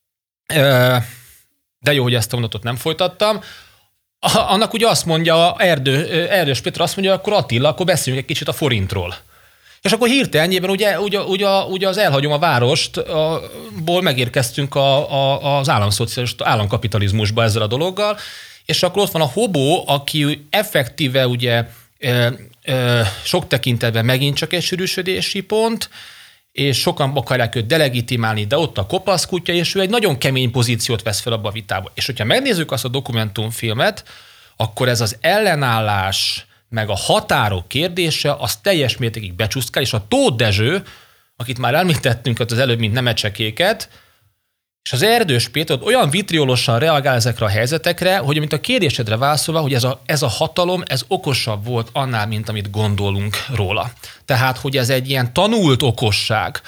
Speaker 3: de jó, hogy ezt a mondatot nem folytattam. Annak ugye azt mondja, Erdő, Erdős Péter azt mondja, akkor Attila, akkor beszéljünk egy kicsit a forintról. És akkor hirtelenjében ugye, ugye, ugye, ugye az elhagyom a várost, ból megérkeztünk a, a, az államszocialista, államkapitalizmusba ezzel a dologgal, és akkor ott van a Hobo, aki effektíve ugye e, e, sok tekintetben megint csak egy sűrűsödési pont, és sokan akarják őt delegitimálni, de ott a kopaszkutya, és ő egy nagyon kemény pozíciót vesz fel abba a vitába. És hogyha megnézzük azt a dokumentumfilmet, akkor ez az ellenállás, meg a határok kérdése, az teljes mértékig becsúszkál, és a Tóth Dezső, akit már említettünk az előbb, mint Nemecsekéket, és az Erdős Péter olyan vitriolosan reagál ezekre a helyzetekre, hogy mint a kérdésedre válaszolva, hogy ez a, ez a hatalom, ez okosabb volt annál, mint amit gondolunk róla. Tehát, hogy ez egy ilyen tanult okosság,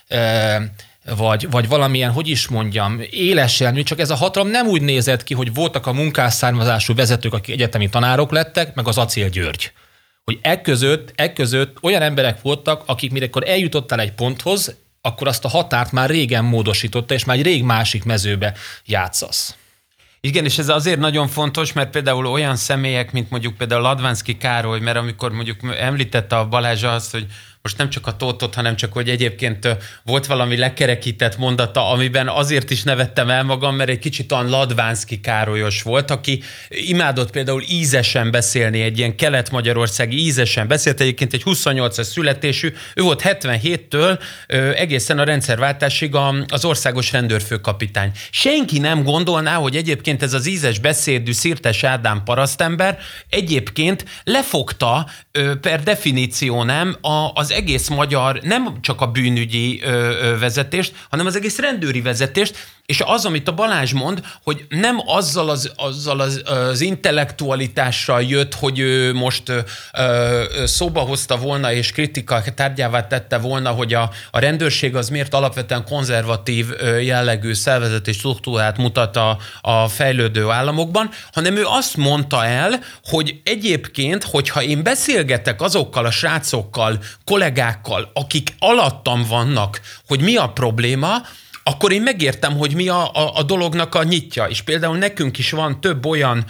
Speaker 3: vagy, vagy valamilyen, hogy is mondjam, élesen, csak ez a hatalom nem úgy nézett ki, hogy voltak a munkásszármazású vezetők, akik egyetemi tanárok lettek, meg az Acél György. Hogy ekközött, ekközött olyan emberek voltak, akik mikor eljutottál egy ponthoz, akkor azt a határt már régen módosította, és már egy rég másik mezőbe játszasz.
Speaker 4: Igen, és ez azért nagyon fontos, mert például olyan személyek, mint mondjuk például Ladvánszky Károly, mert amikor mondjuk említette a Balázs azt, hogy most nem csak a Tóthot, hanem csak, hogy egyébként volt valami lekerekített mondata, amiben azért is nevettem el magam, mert egy kicsit olyan Ladvánszky Károlyos volt, aki imádott például ízesen beszélni, egy ilyen kelet-magyarországi ízesen beszélt, egyébként egy huszonnyolcas születésű, ő volt hetvenhéttől egészen a rendszerváltásig az országos rendőrfőkapitány. Senki nem gondolná, hogy egyébként ez az ízes beszédű Szirtes Ádám parasztember egyébként lefogta per definíció nem az az egész magyar, nem csak a bűnügyi ö, ö, vezetést, hanem az egész rendőri vezetést, és az, amit a Balázs mond, hogy nem azzal az, azzal az, az intellektualitással jött, hogy ő most ö, ö, szóba hozta volna és kritika tárgyává tette volna, hogy a, a rendőrség az miért alapvetően konzervatív ö, jellegű szervezeti struktúrát mutat a, a fejlődő államokban, hanem ő azt mondta el, hogy egyébként, hogyha én beszélgetek azokkal a srácokkal, kollégákkal, akik alattam vannak, hogy mi a probléma, akkor én megértem, hogy mi a, a, a dolognak a nyitja. És például nekünk is van több olyan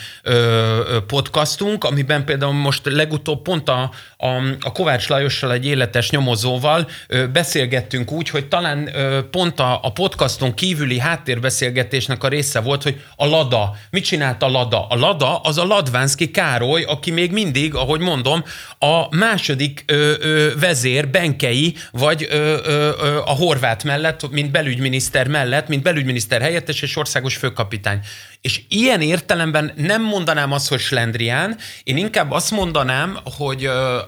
Speaker 4: ö, podcastunk, amiben például most legutóbb pont a, a, a Kovács Lajossal, egy életes nyomozóval ö, beszélgettünk úgy, hogy talán ö, pont a, a podcaston kívüli háttérbeszélgetésnek a része volt, hogy a Lada. Mit csinált a Lada? A Lada az a Ladvánszky Károly, aki még mindig, ahogy mondom, a második ö, ö, vezér, Benkei, vagy ö, ö, ö, a Horváth mellett, mint belügyminiszter mellett, mint belügyminiszter helyettes és országos főkapitány. És ilyen értelemben nem mondanám azt, hogy slendrián, én inkább azt mondanám, hogy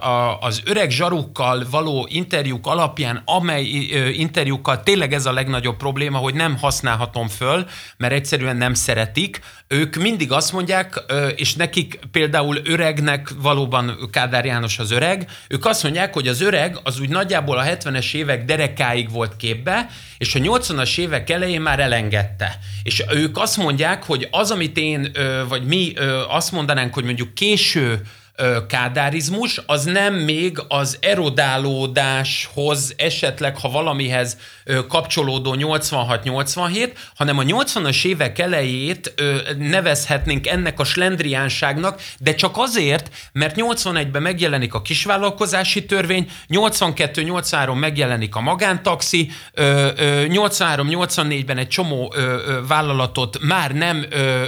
Speaker 4: az öreg zsarukkal való interjúk alapján, amely interjúkkal tényleg ez a legnagyobb probléma, hogy nem használhatom föl, mert egyszerűen nem szeretik. Ők mindig azt mondják, és nekik például öregnek valóban Kádár János az öreg, ők azt mondják, hogy az öreg az úgy nagyjából a hetvenes évek derekáig volt képbe, és a nyolcvanas évek elején már elengedte. És ők azt mondják, hogy az, amit én, vagy mi azt mondanánk, hogy mondjuk késő kádárizmus, az nem még az erodálódáshoz, esetleg, ha valamihez kapcsolódó nyolcvanhat nyolcvanhét, hanem a nyolcvanas évek elejét nevezhetnénk ennek a slendriánságnak, de csak azért, mert nyolcvanegyben megjelenik a kisvállalkozási törvény, nyolcvankettő nyolcvanhárom megjelenik a magántaxi, nyolcvanhárom nyolcvannégyben egy csomó vállalatot már nem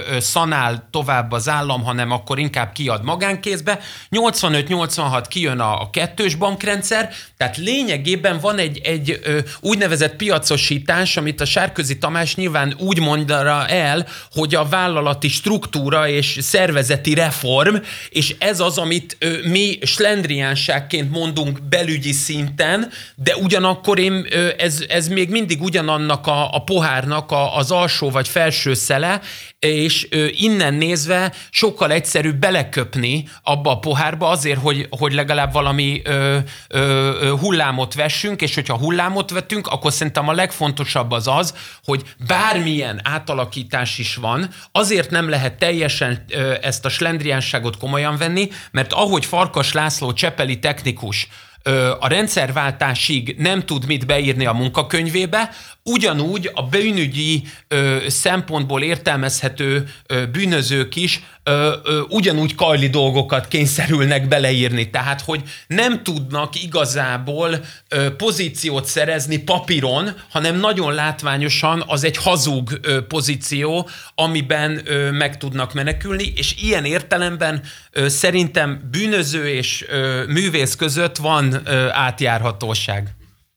Speaker 4: szanál tovább az állam, hanem akkor inkább kiad magánkézbe, nyolcvanöt nyolcvanhat kijön a, a kettős bankrendszer, tehát lényegében van egy, egy ö, úgynevezett piacosítás, amit a Sárközi Tamás nyilván úgy mondja el, hogy a vállalati struktúra és szervezeti reform, és ez az, amit ö, mi slendriánságként mondunk belügyi szinten, de ugyanakkor én, ö, ez, ez még mindig ugyanannak a, a pohárnak a, az alsó vagy felső szele, és ö, innen nézve sokkal egyszerűbb beleköpni abba a pohárba azért, hogy, hogy legalább valami ö, ö, hullámot vessünk, és hogyha hullámot vettünk, akkor szerintem a legfontosabb az az, hogy bármilyen átalakítás is van, azért nem lehet teljesen ö, ezt a slendriánságot komolyan venni, mert ahogy Farkas László csepeli technikus a rendszerváltásig nem tud mit beírni a munkakönyvébe, ugyanúgy a bűnügyi ö, szempontból értelmezhető ö, bűnözők is ö, ö, ugyanúgy kajli dolgokat kényszerülnek beleírni. Tehát, hogy nem tudnak igazából ö, pozíciót szerezni papíron, hanem nagyon látványosan az egy hazug ö, pozíció, amiben ö, meg tudnak menekülni, és ilyen értelemben ö, szerintem bűnöző és ö, művész között van ö, átjárhatóság.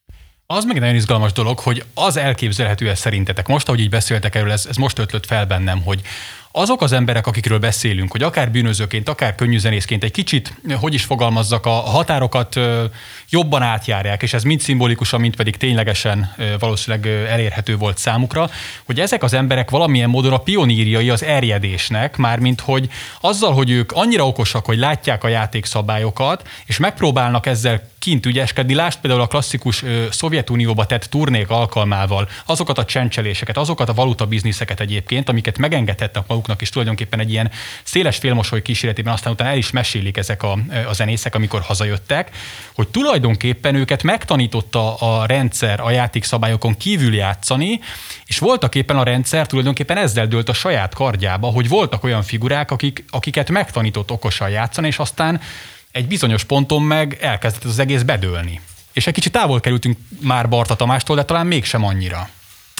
Speaker 2: Az meg nagyon izgalmas dolog, hogy az elképzelhető ez szerintetek. Most, ahogy így beszéltek erről, ez, ez most ötlött fel bennem, hogy azok az emberek, akikről beszélünk, hogy akár bűnözőként, akár könnyűzenészként egy kicsit, hogy is fogalmazzak, a határokat jobban átjárják, és ez mind szimbolikusan, mind pedig ténylegesen valószínűleg elérhető volt számukra, hogy ezek az emberek valamilyen módon a pionírjai az erjedésnek, mármint hogy azzal, hogy ők annyira okosak, hogy látják a játékszabályokat, és megpróbálnak ezzel kint ügyeskedni. Lásd például a klasszikus ö, Szovjetunióba tett turnék alkalmával azokat a csencseléseket, azokat a valuta bizniszeket egyébként, amiket megengedhettek maguknak, és tulajdonképpen egy ilyen széles félmosoly kíséretében aztán utána el is mesélik ezek a, a zenészek, amikor hazajöttek, hogy tulajdonképpen őket megtanította a rendszer a játékszabályokon kívül játszani, és voltak éppen a rendszer tulajdonképpen ezzel dőlt a saját kardjába, hogy voltak olyan figurák, akik, akiket megtanított okosan játszani, és aztán egy bizonyos ponton meg elkezdett az egész bedőlni. És egy kicsit távol kerültünk már Barta Tamástól, de talán mégsem annyira.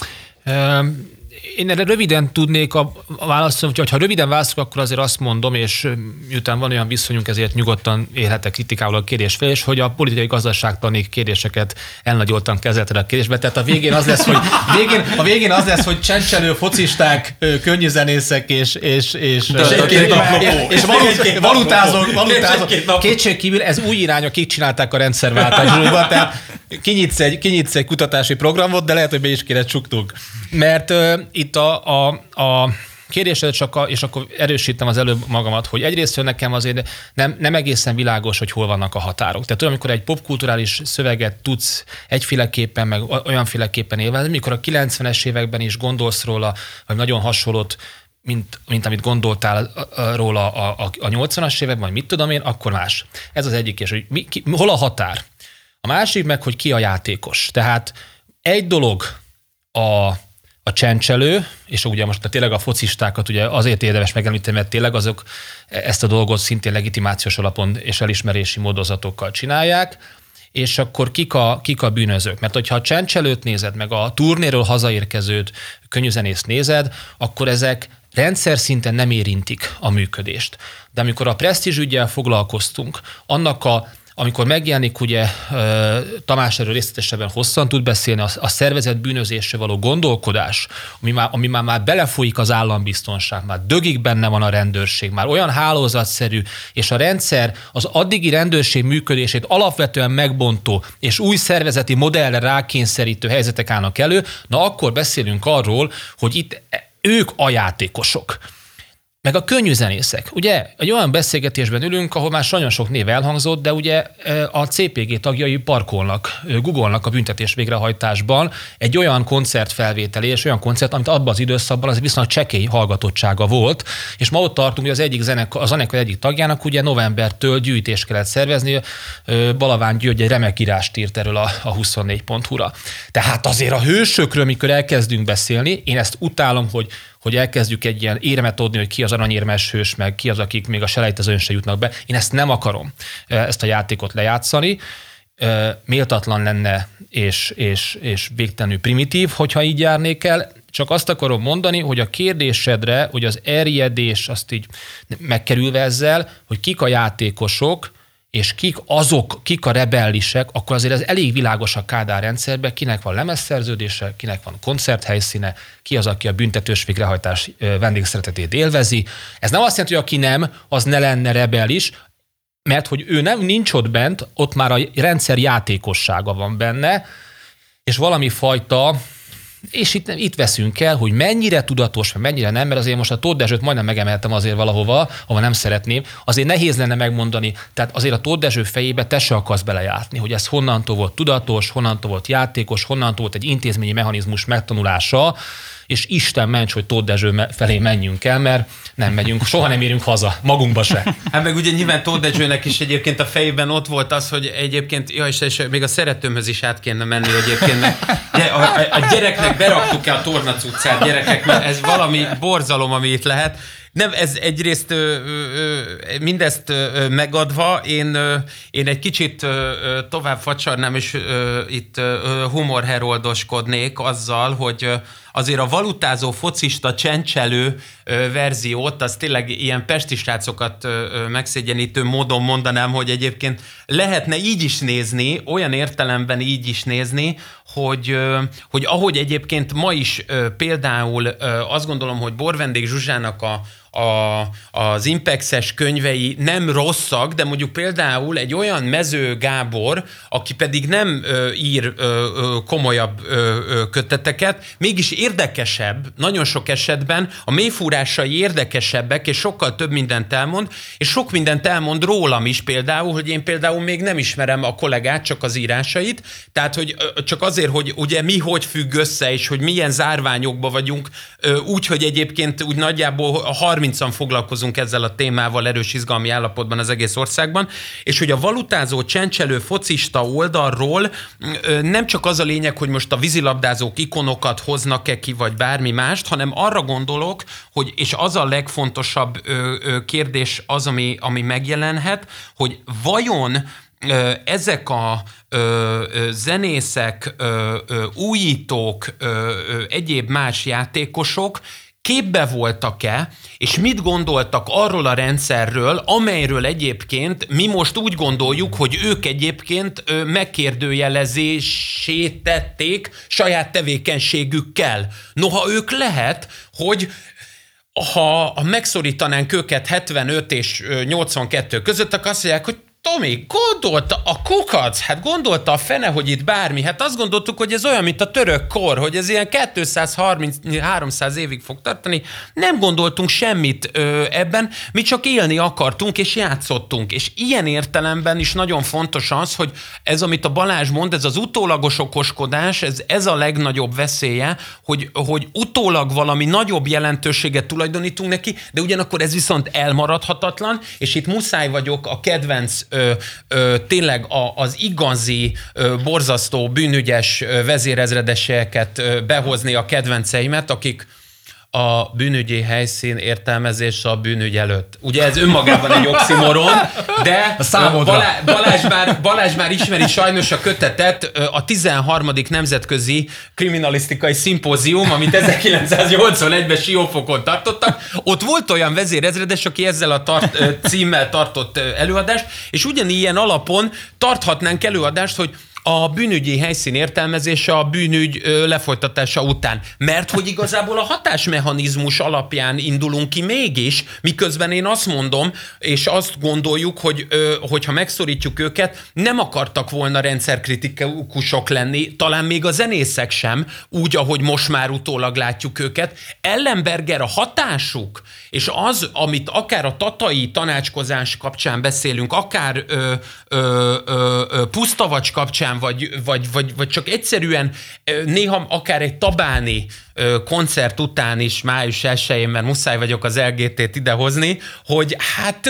Speaker 3: Um. Én erre röviden tudnék a válaszolni, hogy ha röviden válaszolok, akkor azért azt mondom, és miután van olyan viszonyunk, ezért nyugodtan élhetek kritikával a kérdés fel, és hogy a politikai gazdaságtani kérdéseket elnagyoltan kezelted a kérdésbe. Tehát a végén az lesz, hogy, végén, a végén az lesz, hogy csencselő focisták, könnyűzenészek és, és, és, és valutázók, valutázók. Kétségkívül ez új irány, akik csinálták a rendszerváltásról, tehát kinyitsz egy, kinyitsz egy kutatási programot, de lehet, hogy be is kéne csuktuk. Mert uh, itt a, a, a kérdésre csak, a, és akkor erősítem az előbb magamat, hogy egyrészt nekem azért nem, nem egészen világos, hogy hol vannak a határok. Tehát olyan, amikor egy popkulturális szöveget tudsz egyféleképpen, meg olyanféleképpen élvezni, mikor a kilencvenes években is gondolsz róla, vagy nagyon hasonlót, mint, mint amit gondoltál róla a, a, a nyolcvanas években, vagy mit tudom én, akkor más. Ez az egyik, és hogy mi, ki, hol a határ? A másik meg, hogy ki a játékos. Tehát egy dolog a a csencselő, és ugye most tényleg a focistákat ugye azért érdemes megemlíteni, mert tényleg azok ezt a dolgot szintén legitimációs alapon és elismerési módozatokkal csinálják, és akkor kik a, kik a bűnözők. Mert hogyha a csencselőt nézed, meg a turnéről hazaérkezőt, könnyűzenészt nézed, akkor ezek rendszer szinten nem érintik a működést. De amikor a presztízs üggyel foglalkoztunk, annak a amikor megjelenik, ugye Tamás erről részletesebben hosszan tud beszélni, a, a szervezett bűnözésre való gondolkodás, ami már, ami már, már belefolyik az állambiztonság, már dögik benne van a rendőrség, már olyan hálózatszerű, és a rendszer az addigi rendőrség működését alapvetően megbontó, és új szervezeti modellre rákényszerítő helyzetek állnak elő, na akkor beszélünk arról, hogy itt ők a játékosok. Meg a könnyűzenészek. Ugye egy olyan beszélgetésben ülünk, ahol már nagyon sok név elhangzott, de ugye a cé pé gé tagjai parkolnak, googolnak a büntetés végrehajtásban egy olyan koncertfelvétel és olyan koncert, amit abban az időszakban az viszonylag csekély hallgatottsága volt, és ma ott tartunk, hogy az egyik zenekar, a zenekar egyik tagjának ugye novembertől gyűjtést kellett szervezni, Balaván György egy remek írást írt erről a, a huszonnégy pont hu-ra. Tehát azért a hősökről, mikor elkezdünk beszélni, én ezt utálom, hogy hogy elkezdjük egy ilyen éremet adni, hogy ki az aranyérmes hős, meg ki az, akik még a selejtezőn se jutnak be. Én ezt nem akarom, ezt a játékot lejátszani. Méltatlan lenne és, és, és végtelenül primitív, hogyha így járnék el. Csak azt akarom mondani, hogy a kérdésedre, hogy az erjedés, azt így megkerülve ezzel, hogy kik a játékosok, és kik azok, kik a rebellisek, akkor azért ez elég világos a Kádár rendszerben, kinek van lemezszerződése, kinek van koncerthelyszíne, ki az, aki a büntetős végrehajtás vendégszeretetét élvezi. Ez nem azt jelenti, hogy aki nem, az ne lenne rebellis, mert hogy ő nem nincs ott bent, ott már a rendszer játékossága van benne, és valami fajta, és itt, itt veszünk el, hogy mennyire tudatos, vagy mennyire nem, mert azért most a Tóth Dezsőt majdnem megemeltem azért valahova, ahova nem szeretném, azért nehéz lenne megmondani, tehát azért a Tóth Dezső fejébe te se akarsz belejátni, hogy ez honnantól volt tudatos, honnantól volt játékos, honnantól volt egy intézményi mechanizmus megtanulása, és Isten ments, hogy Tóth Dezső felé menjünk el, mert nem megyünk, soha nem érünk haza, magunkba se.
Speaker 4: Hát meg ugye nyilván Tóth Dezsőnek is egyébként a fejében ott volt az, hogy egyébként, ja, és, és még a szeretőmhöz is át kéne menni egyébként, mert a, a, a gyereknek beraktuk el a tornacuccát, gyerekek, mert ez valami borzalom, ami itt lehet, Nem, ez egyrészt ö, ö, mindezt ö, megadva, én, ö, én egy kicsit ö, tovább facsarnám, és ö, itt ö, humorheroldoskodnék azzal, hogy ö, azért a valutázó focista csencselő ö, verziót, az tényleg ilyen pesti srácokat ö, ö, megszégyenítő módon mondanám, hogy egyébként lehetne így is nézni, olyan értelemben így is nézni, hogy, ö, hogy ahogy egyébként ma is ö, például ö, azt gondolom, hogy Borvendék Zsuzsának a A, az Impexes könyvei nem rosszak, de mondjuk például egy olyan Mező Gábor, aki pedig nem ö, ír ö, ö, komolyabb ö, ö, köteteket, mégis érdekesebb, nagyon sok esetben a mélyfúrásai érdekesebbek, és sokkal több mindent elmond, és sok mindent elmond rólam is például, hogy én például még nem ismerem a kollégát, csak az írásait, tehát hogy ö, csak azért, hogy ugye mi hogy függ össze, és hogy milyen zárványokba vagyunk, ö, úgy, hogy egyébként úgy nagyjából a harmincan foglalkozunk ezzel a témával erős izgalmi állapotban az egész országban, és hogy a valutázó, csencselő, focista oldalról nem csak az a lényeg, hogy most a vízilabdázók ikonokat hoznak-e ki, vagy bármi mást, hanem arra gondolok, hogy, és az a legfontosabb kérdés az, ami, ami megjelenhet, hogy vajon ezek a ö, ö, zenészek, ö, ö, újítók, ö, ö, egyéb más játékosok képbe voltak-e, és mit gondoltak arról a rendszerről, amelyről egyébként mi most úgy gondoljuk, hogy ők egyébként megkérdőjelezését tették saját tevékenységükkel. Noha ők lehet, hogy ha megszorítanánk őket hetvenöt és nyolcvankettő között, akkor azt mondják, hogy Tomi, gondolta a kukac, hát gondolta a fene, hogy itt bármi. Hát azt gondoltuk, hogy ez olyan, mint a török kor, hogy ez ilyen kétszázharminc-háromszáz évig fog tartani. Nem gondoltunk semmit ö, ebben, mi csak élni akartunk és játszottunk. És ilyen értelemben is nagyon fontos az, hogy ez, amit a Balázs mond, ez az utólagos okoskodás, ez, ez a legnagyobb veszélye, hogy, hogy utólag valami nagyobb jelentőséget tulajdonítunk neki, de ugyanakkor ez viszont elmaradhatatlan, és itt muszáj vagyok a kedvenc Ö, ö, tényleg a, az igazi, ö, borzasztó, bűnügyes ö, vezérezredeseket ö, behozni a kedvenceimet, akik a bűnügyi helyszín értelmezése a bűnügy előtt. Ugye ez önmagában egy oximoron, de Balázs, Balázs, már, Balázs már ismeri sajnos a kötetet, a tizenharmadik Nemzetközi Kriminalisztikai Szimpózium, amit ezerkilencszáznyolcvanegyben Siófokon tartottak. Ott volt olyan vezérezredes, aki ezzel a tart, címmel tartott előadást, és ugyanilyen alapon tarthatnánk előadást, hogy a bűnügyi helyszín értelmezése a bűnügy ö, lefolytatása után. Mert hogy igazából a hatásmechanizmus alapján indulunk ki mégis, miközben én azt mondom, és azt gondoljuk, hogy ö, hogyha megszorítjuk őket, nem akartak volna rendszerkritikusok lenni, talán még a zenészek sem, úgy, ahogy most már utólag látjuk őket. Ellenberger a hatásuk, és az, amit akár a tatai tanácskozás kapcsán beszélünk, akár ö, ö, ö, ö, Pusztavacs kapcsán, Vagy, vagy, vagy, vagy csak egyszerűen néha akár egy tabáni koncert után is május elsején, mert muszáj vagyok az el gé té-t idehozni, hogy hát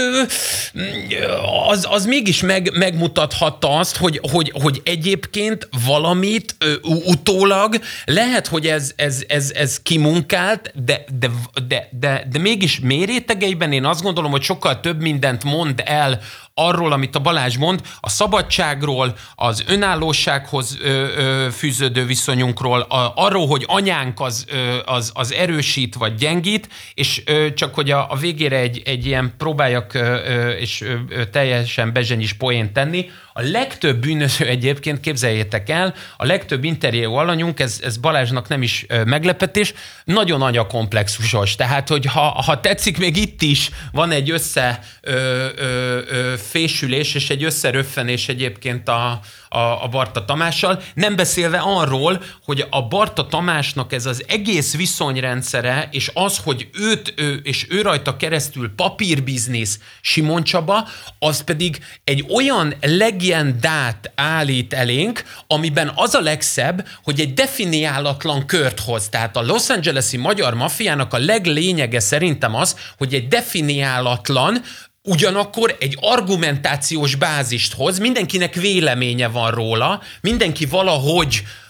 Speaker 4: az, az mégis meg, megmutathatta azt, hogy, hogy, hogy egyébként valamit utólag lehet, hogy ez, ez, ez, ez kimunkált, de, de, de, de, de mégis mérétegeiben én azt gondolom, hogy sokkal több mindent mond el arról, amit a Balázs mond, a szabadságról, az önállósághoz ö, ö, fűződő viszonyunkról, a, arról, hogy anyánk az, ö, az, az erősít vagy gyengít, és ö, csak hogy a, a végére egy, egy ilyen próbáljak ö, ö, és ö, ö, teljesen bezsenyis poént tenni. A legtöbb bűnöző egyébként, képzeljétek el, a legtöbb interjú alanyunk, ez, ez Balázsnak nem is ö, meglepetés, nagyon anyakomplexusos. Tehát, hogy ha, ha tetszik, még itt is van egy össze ö, ö, ö, fésülés és egy összeröffenés egyébként a, a, a Barta Tamással, nem beszélve arról, hogy a Barta Tamásnak ez az egész viszonyrendszere, és az, hogy őt ő, és ő rajta keresztül papírbiznisz Simon Csaba, az pedig egy olyan legendát állít elénk, amiben az a legszebb, hogy egy definiálatlan kört hoz. Tehát a Los Angeles-i magyar maffiának a leglényege szerintem az, hogy egy definiálatlan, ugyanakkor egy argumentációs bázist hoz, mindenkinek véleménye van róla, mindenki valahogy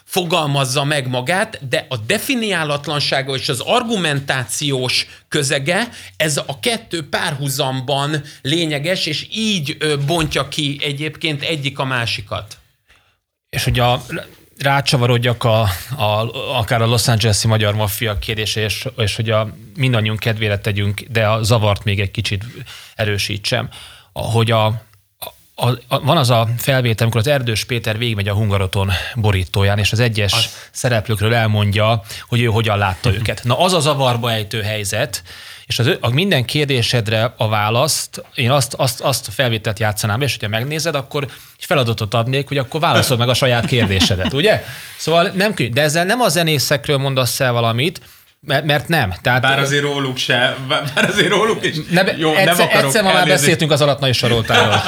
Speaker 4: fogalmazza meg magát, de a definiálatlansága és az argumentációs közege, ez a kettő párhuzamban lényeges, és így bontja ki egyébként egyik a másikat.
Speaker 3: És hogy a, rácsavarodjak a, a, akár a Los Angeles-i magyar maffia kérdése, és, és hogy a mindannyiunk kedvére tegyünk, de a zavart még egy kicsit erősítsem, hogy a A, a, van az a felvétel, amikor az Erdős Péter végigmegy a Hungaroton borítóján, és az egyes az... szereplőkről elmondja, hogy ő hogyan látta őket. Na az a zavarba ejtő helyzet, és az, a minden kérdésedre a választ, én azt, azt, azt a felvételt játszanám, és hogyha megnézed, akkor egy feladatot adnék, hogy akkor válaszold meg a saját kérdésedet, ugye? Szóval nem könnyű, de ezzel nem a zenészekről mondasz el valamit, Mert, mert nem. Tehát,
Speaker 4: bár azért róluk se, bár azért róluk is.
Speaker 3: Ne,
Speaker 4: Jó,
Speaker 3: egyszer,
Speaker 4: nem akarok
Speaker 3: egyszer ma már beszéltünk az Alatnai Saroltáról.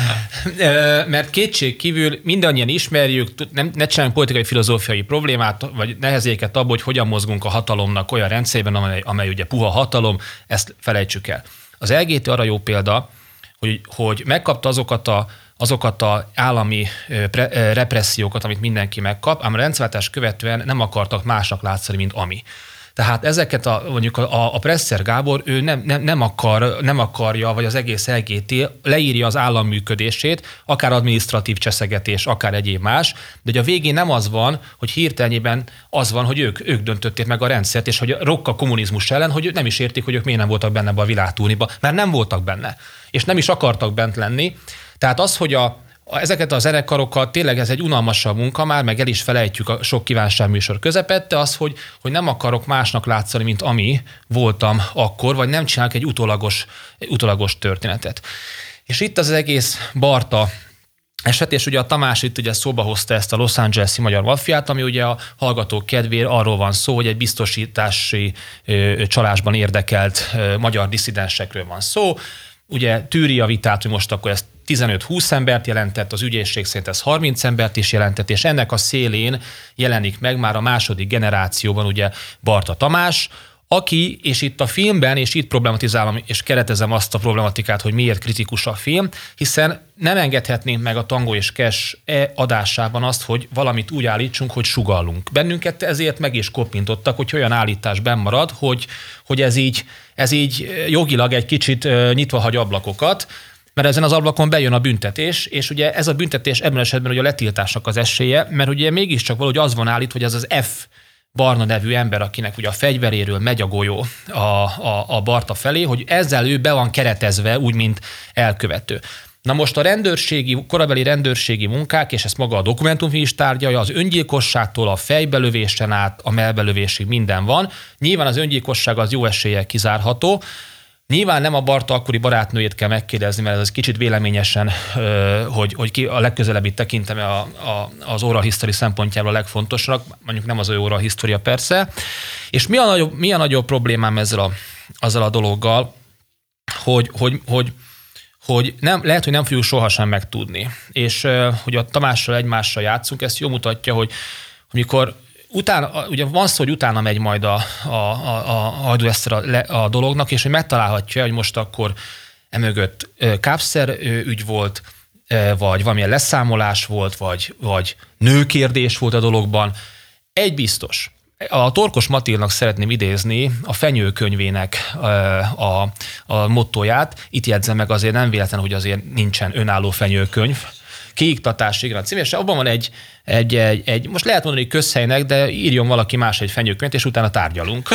Speaker 3: Mert kétség kívül mindannyian ismerjük, nem, ne csináljunk politikai filozófiai problémát, vagy nehezéket abból, hogy hogyan mozgunk a hatalomnak olyan rendszerben, amely, amely ugye puha hatalom, ezt felejtsük el. Az el gé té arra jó példa, hogy, hogy megkapta azokat a azokat az állami pre, repressziókat, amit mindenki megkap, ám a rendszerváltás követően nem akartak másnak látszani, mint ami. Tehát ezeket a, mondjuk a, a Presser Gábor, ő nem, nem, nem, akar, nem akarja, vagy az egész el gé té leírja az állam működését, akár adminisztratív cseszegetés, akár egyéb más, de hogy a végén nem az van, hogy hirtelenében az van, hogy ők, ők döntötték meg a rendszert, és hogy rokka kommunizmus ellen, hogy nem is értik, hogy ők miért nem voltak benne a világtúrniba, mert nem voltak benne, és nem is akartak bent lenni. Tehát az, hogy a ezeket a zenekarokat, tényleg ez egy unalmasabb munka már, meg el is felejtjük a sok kívánságműsor közepette, az, hogy, hogy nem akarok másnak látszani, mint ami voltam akkor, vagy nem csinálok egy utólagos, utólagos történetet. És itt az egész Barta eset, és ugye a Tamás itt ugye szóba hozta ezt a Los Angeles-i magyar maffiát, ami ugye a hallgatók kedvéért arról van szó, hogy egy biztosítási ö, csalásban érdekelt ö, magyar disszidensekről van szó. Ugye tűri a vitát, hogy most akkor ezt tizenöt-húsz embert jelentett, az ügyészség szerint ez harminc embert is jelentett, és ennek a szélén jelenik meg már a második generációban ugye Barta Tamás, aki, és itt a filmben, és itt problematizálom, és keretezem azt a problematikát, hogy miért kritikus a film, hiszen nem engedhetnénk meg a Tango és Cash e adásában azt, hogy valamit úgy állítsunk, hogy sugallunk. Bennünket ezért meg is koppintottak, hogy olyan állítás benn marad, hogy, hogy ez, így, ez így jogilag egy kicsit nyitva hagy ablakokat, mert ezen az ablakon bejön a büntetés, és ugye ez a büntetés ebben esetben ugye a letiltásnak az esélye, mert ugye mégiscsak valahogy az van állít, hogy az az F. Barna nevű ember, akinek ugye a fegyveréről megy a golyó a, a, a Barta felé, hogy ezzel ő be van keretezve, úgy, mint elkövető. Na most a rendőrségi, korabeli rendőrségi munkák, és ezt maga a dokumentumfilm is tárgyalja, az öngyilkosságtól a fejbelövésen át a mellbelövésig minden van. Nyilván az öngyilkosság az jó eséllyel kizárható. Nyilván nem a Barta akkori barátnőjét kell megkérdezni, mert ez kicsit véleményesen, hogy, hogy ki a legközelebbi tekintem a, a, az oral history szempontjából a legfontosabb, mondjuk nem az ő oral história persze. És mi a nagyobb, mi a nagyobb problémám ezzel a, azzal a dologgal, hogy, hogy, hogy, hogy nem, lehet, hogy nem fogjuk sohasem megtudni. És hogy a Tamással egymással játszunk, ezt jól mutatja, hogy amikor utána, ugye van szó, hogy utána megy majd a, a, a, a Hajdú Eszter a, a dolognak, és hogy megtalálhatja, hogy most akkor emögött kápszer ügy volt, vagy valamilyen leszámolás volt, vagy, vagy nőkérdés volt a dologban. Egy biztos. A Torkos Matilnak szeretném idézni a Fenyő könyvének a, a, a mottóját. Itt jegyzem meg, azért nem véletlen, hogy azért nincsen önálló Fenyő könyv. Kiiktatás, igen, a cím, és abban van egy, egy, egy, egy, most lehet mondani közhelynek, de írjon valaki más egy fenyőkönyvet, és utána tárgyalunk.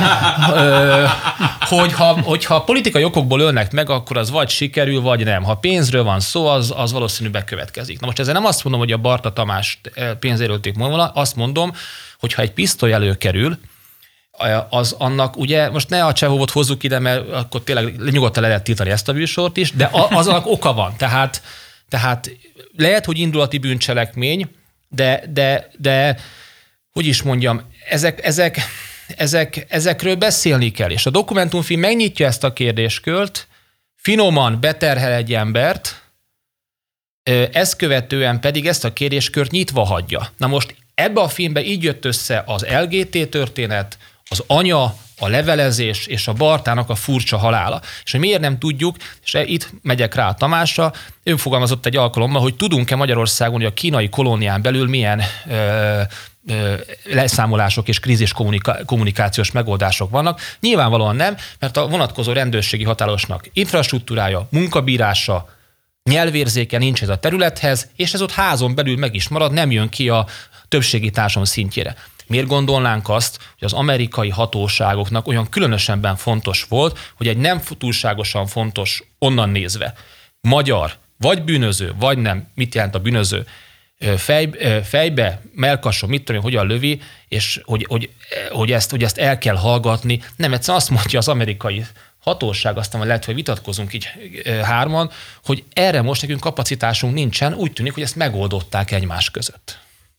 Speaker 3: hogyha, hogyha politikai okokból ölnek meg, akkor az vagy sikerül, vagy nem. Ha pénzről van szó, az, az valószínűleg bekövetkezik. Na most ezzel nem azt mondom, hogy a Barta Tamás pénzéről ölték volna, azt mondom, hogy ha egy pisztoly előkerül, az annak, ugye, most ne a Csehovot hozzuk ide, mert akkor tényleg nyugodtan le lehet tiltani ezt a műsort is, de az annak oka van. Tehát, tehát lehet, hogy indulati bűncselekmény, de, de, de hogy is mondjam, ezek, ezek, ezek, ezekről beszélni kell. És a dokumentumfilm megnyitja ezt a kérdéskört, finoman beterhel egy embert, ezt követően pedig ezt a kérdéskört nyitva hagyja. Na most ebbe a filmbe így jött össze az el gé té történet, az anya, a levelezés és a Bartának a furcsa halála. És hogy miért nem tudjuk, és itt megyek rá a Tamásra, ő fogalmazott egy alkalommal, hogy tudunk-e Magyarországon, hogy a kínai kolónián belül milyen ö, ö, leszámolások és krízis kommunika- kommunikációs megoldások vannak. Nyilvánvalóan nem, mert a vonatkozó rendőrségi hatalosnak infrastruktúrája, munkabírása, nyelvérzéke nincs ez a területhez, és ez ott házon belül meg is marad, nem jön ki a többségi társadalom szintjére. Miért gondolnánk azt, hogy az amerikai hatóságoknak olyan különösenben fontos volt, hogy egy nem túlságosan fontos onnan nézve magyar, vagy bűnöző, vagy nem, mit jelent a bűnöző, fej, fejbe, mellkasson, mit tudom, hogyan lövi, és hogy, hogy, hogy, ezt, hogy ezt el kell hallgatni. Nem, egyszerűen azt mondja az amerikai hatóság, aztán majd lehet, hogy vitatkozunk így hárman, hogy erre most nekünk kapacitásunk nincsen, úgy tűnik, hogy ezt megoldották egymás között.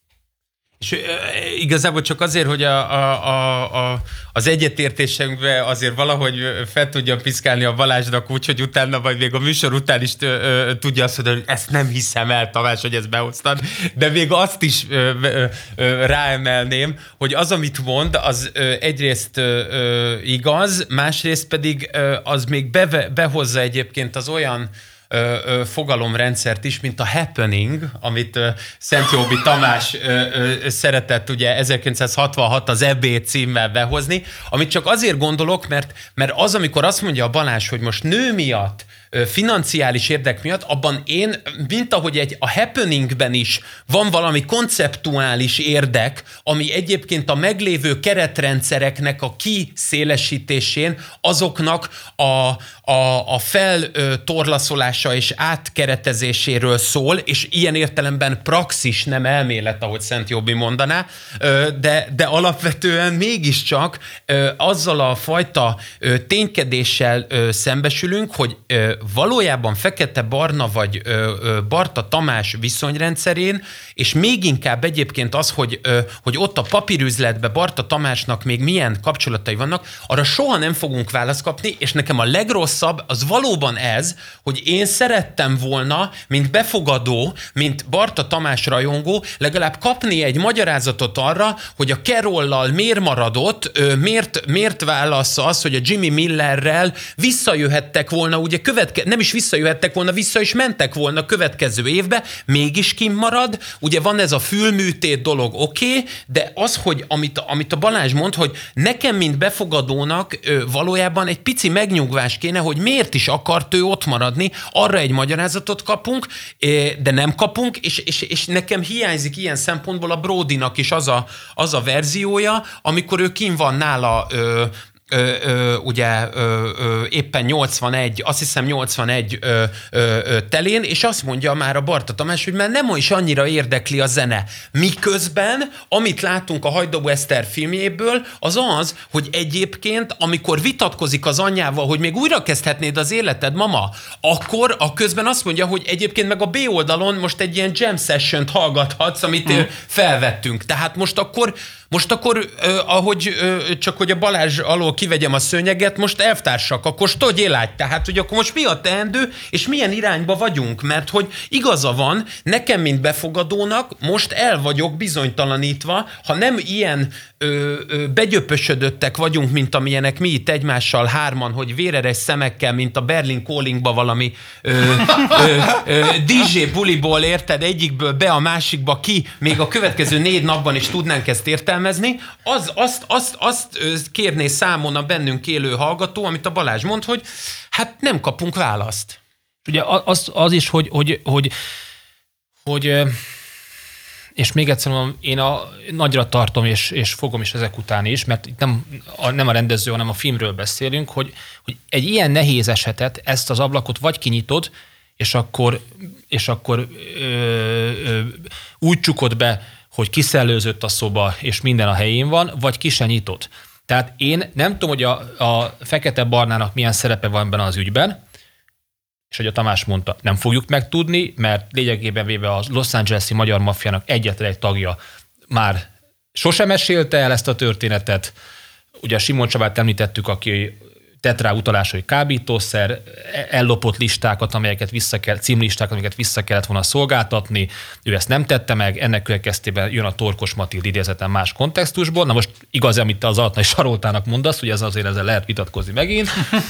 Speaker 4: És igazából csak azért, hogy a, a, a, a, az egyetértésünkbe azért valahogy fel tudja piszkálni a Balázsnak úgy, hogy utána, vagy még a műsor után is ö, ö, tudja azt mondani, hogy ezt nem hiszem el, Tamás, hogy ezt behoztad, de még azt is ö, ö, ö, ráemelném, hogy az, amit mond, az ö, egyrészt ö, ö, igaz, másrészt pedig ö, az még beve, behozza egyébként az olyan Ö, ö, fogalomrendszert is, mint a happening, amit ö, Szentjóbi Tamás ö, ö, szeretett ugye ezerkilencszázhatvanhat az é bé címmel behozni, amit csak azért gondolok, mert, mert az, amikor azt mondja a Balázs, hogy most nő miatt, ö, financiális érdek miatt, abban én, mint ahogy egy, a happeningben is van valami konceptuális érdek, ami egyébként a meglévő keretrendszereknek a kiszélesítésén, azoknak a, a, a feltorlaszolása és átkeretezéséről szól, és ilyen értelemben praxis, nem elmélet, ahogy Szentjóbi mondaná, de, de alapvetően mégiscsak azzal a fajta ténykedéssel szembesülünk, hogy valójában Fekete-Barna vagy Barta Tamás viszonyrendszerén, és még inkább egyébként az, hogy, hogy ott a papírüzletben Barta Tamásnak még milyen kapcsolatai vannak, arra soha nem fogunk választ kapni, és nekem a legrosszabb az valóban ez, hogy én szerettem volna, mint befogadó, mint Barta Tamás rajongó, legalább kapni egy magyarázatot arra, hogy a Carrollal miért maradott, miért, miért válassza az, hogy a Jimmy Millerrel visszajöhettek volna, ugye követke, nem is visszajöhettek volna, vissza is mentek volna következő évbe, mégis kim marad, ugye van ez a fülműtét dolog, oké, okay, de az, hogy amit, amit a Balázs mond, hogy nekem, mint befogadónak valójában egy pici megnyugvás kéne, hogy miért is akart ő ott maradni, arra egy magyarázatot kapunk, de nem kapunk, és, és, és nekem hiányzik ilyen szempontból a Brodynak is az a, az a verziója, amikor ő kim van nála ö, Ö, ö, ugye ö, ö, éppen nyolcvanegy, azt hiszem nyolcvanegy ö, ö, ö, telén, és azt mondja már a Barta Tamás, hogy már nem is annyira érdekli a zene. Miközben, amit látunk a Hajdú Eszter filmjéből, az az, hogy egyébként, amikor vitatkozik az anyjával, hogy még újra kezdhetnéd az életed, mama, akkor a közben azt mondja, hogy egyébként meg a B oldalon most egy ilyen jam sessiont hallgathatsz, amit hmm. felvettünk. Tehát most akkor Most akkor, eh, ahogy eh, csak hogy a Balázs alól kivegyem a szőnyeget, most elvtársak, akkor stodjél át. Tehát, hogy akkor most mi a teendő, és milyen irányba vagyunk? Mert hogy igaza van, nekem, mint befogadónak, most el vagyok bizonytalanítva, ha nem ilyen ö, ö, begyöpösödöttek vagyunk, mint amilyenek mi itt egymással hárman, hogy véreres szemekkel, mint a Berlin Callingba valami ö, ö, ö, dé dzsé buliból, érted, egyikből be a másikba ki, még a következő négy napban is tudnánk ezt értelmezni, az, azt, azt, azt kérné számon a bennünk élő hallgató, amit a Balázs mond, hogy hát nem kapunk választ.
Speaker 3: Ugye az, az is, hogy, hogy, hogy, hogy és még egyszer mondom, én a, nagyra tartom, és, és fogom is ezek után is, mert itt nem a, nem a rendező, hanem a filmről beszélünk, hogy, hogy egy ilyen nehéz esetet, ezt az ablakot vagy kinyitod, és akkor, és akkor ö, ö, úgy csukod be, hogy kiszellőzött a szoba, és minden a helyén van, vagy ki se nyitott. Tehát én nem tudom, hogy a, a Fekete-Barnának milyen szerepe van ebben az ügyben, és hogy a Tamás mondta, nem fogjuk megtudni, mert lényegében véve a Los Angeles-i magyar maffiának egyetlen egy tagja már sosem mesélte el ezt a történetet. Ugye Simon Csabát említettük, aki tett rá utalás, hogy kábítószer, ellopott listákat, amelyeket vissza kell, címlistákat, amelyeket vissza kellett volna szolgáltatni. Ő ezt nem tette meg, ennek következtében jön a Torkos Matild idézetem más kontextusból. Na most igaz, amit te az Alatnai Saroltának mondasz, hogy ez azért ezzel lehet vitatkozni megint,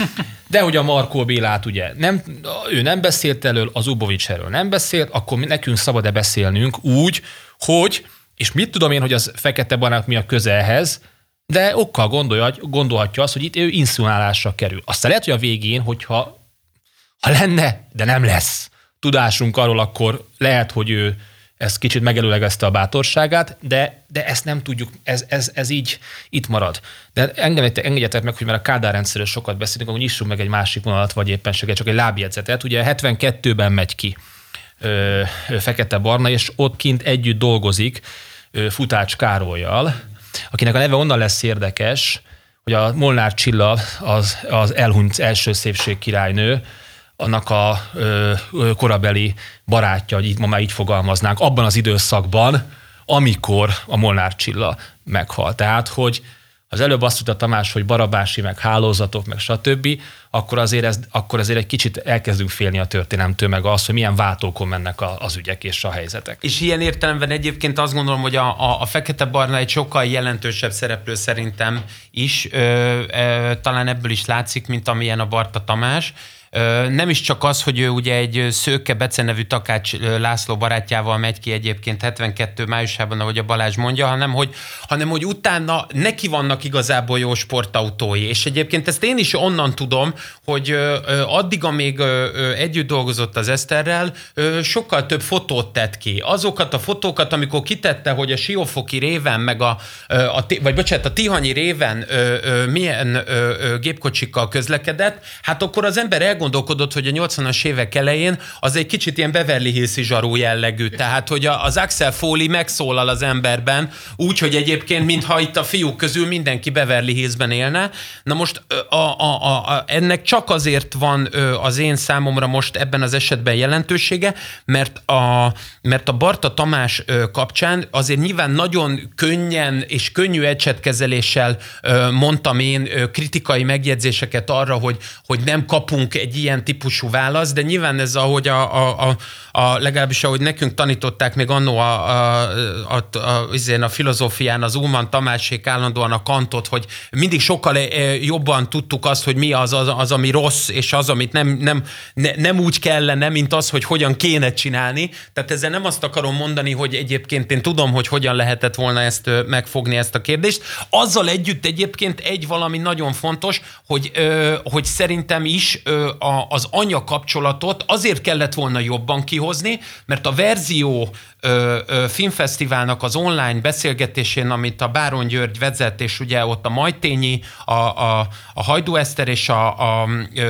Speaker 3: de hogy a Markó Bélát ugye nem, ő nem beszélt elől, az Ubovics erről nem beszélt, akkor nekünk szabad-e beszélnünk úgy, hogy, és mit tudom én, hogy az Fekete Barnának mi a köze ehhez, de okkal gondolja, gondolhatja azt, hogy itt ő inszionálásra kerül. Aztán lehet, hogy a végén, hogyha ha lenne, de nem lesz tudásunk arról, akkor lehet, hogy ő ezt kicsit megelőlegezte a bátorságát, de, de ezt nem tudjuk, ez, ez, ez így itt marad. De engedjetek meg, hogy már a Kádár rendszerről sokat beszélünk, akkor nyissunk meg egy másik vonalat, vagy éppenséggel csak egy lábjegyzetet. Ugye hetvenkettőben megy ki ö, ö, Fekete Barna, és ott kint együtt dolgozik ö, Futács Károllyal, akinek a neve onnan lesz érdekes, hogy a Molnár Csilla az, az elhunyt első szépség királynő, annak a ö, korabeli barátja, hogy így, ma már így fogalmaznánk, abban az időszakban, amikor a Molnár Csilla meghalt. Tehát, hogy az előbb azt mondta Tamás, hogy barabási, meg hálózatok, meg stb., akkor azért, ez, akkor azért egy kicsit elkezdünk félni a történelemtől, meg az, hogy milyen váltókon mennek a, az ügyek és a helyzetek.
Speaker 4: És ilyen értelemben egyébként azt gondolom, hogy a, a, a Fekete Barna egy sokkal jelentősebb szereplő szerintem is, ö, ö, talán ebből is látszik, mint amilyen a Barta Tamás. Nem is csak az, hogy ő ugye egy Szőke Bece nevű Takács László barátjával megy ki egyébként hetvenkettő májusában, ahogy a Balázs mondja, hanem hogy, hanem hogy utána neki vannak igazából jó sportautói. És egyébként ezt én is onnan tudom, hogy addig, amíg együtt dolgozott az Eszterrel, sokkal több fotót tett ki. Azokat a fotókat, amikor kitette, hogy a Siófoki réven, meg a, a vagy bocsánat, a Tihanyi réven milyen gépkocsikkal közlekedett, hát akkor az ember el gondolkodott, hogy a nyolcvanas évek elején az egy kicsit ilyen Beverly Hills-i zsarú jellegű. Tehát, hogy az Axel Foley megszólal az emberben úgy, hogy egyébként, mintha itt a fiúk közül mindenki Beverly Hillsben élne. Na most a, a, a, ennek csak azért van az én számomra most ebben az esetben jelentősége, mert a, mert a Barta Tamás kapcsán azért nyilván nagyon könnyen és könnyű ecsetkezeléssel mondtam én kritikai megjegyzéseket arra, hogy, hogy nem kapunk egy ilyen típusú válasz, de nyilván ez, ahogy a, a, a, a legalábbis ahogy nekünk tanították még annó a, a, a, a, a, a filozófián az Ullmann Tamásék állandóan a Kantot, hogy mindig sokkal jobban tudtuk azt, hogy mi az, az, az ami rossz, és az, amit nem, nem, ne, nem úgy kellene, mint az, hogy hogyan kéne csinálni. Tehát ezzel nem azt akarom mondani, hogy egyébként én tudom, hogy hogyan lehetett volna ezt megfogni, ezt a kérdést. Azzal együtt egyébként egy valami nagyon fontos, hogy, hogy szerintem is A, az anya kapcsolatot azért kellett volna jobban kihozni, mert a Verzió ö, ö, filmfesztiválnak az online beszélgetésén, amit a Báron György vezet, és ugye ott a Majtényi, a, a, a Hajdú Eszter és a, a,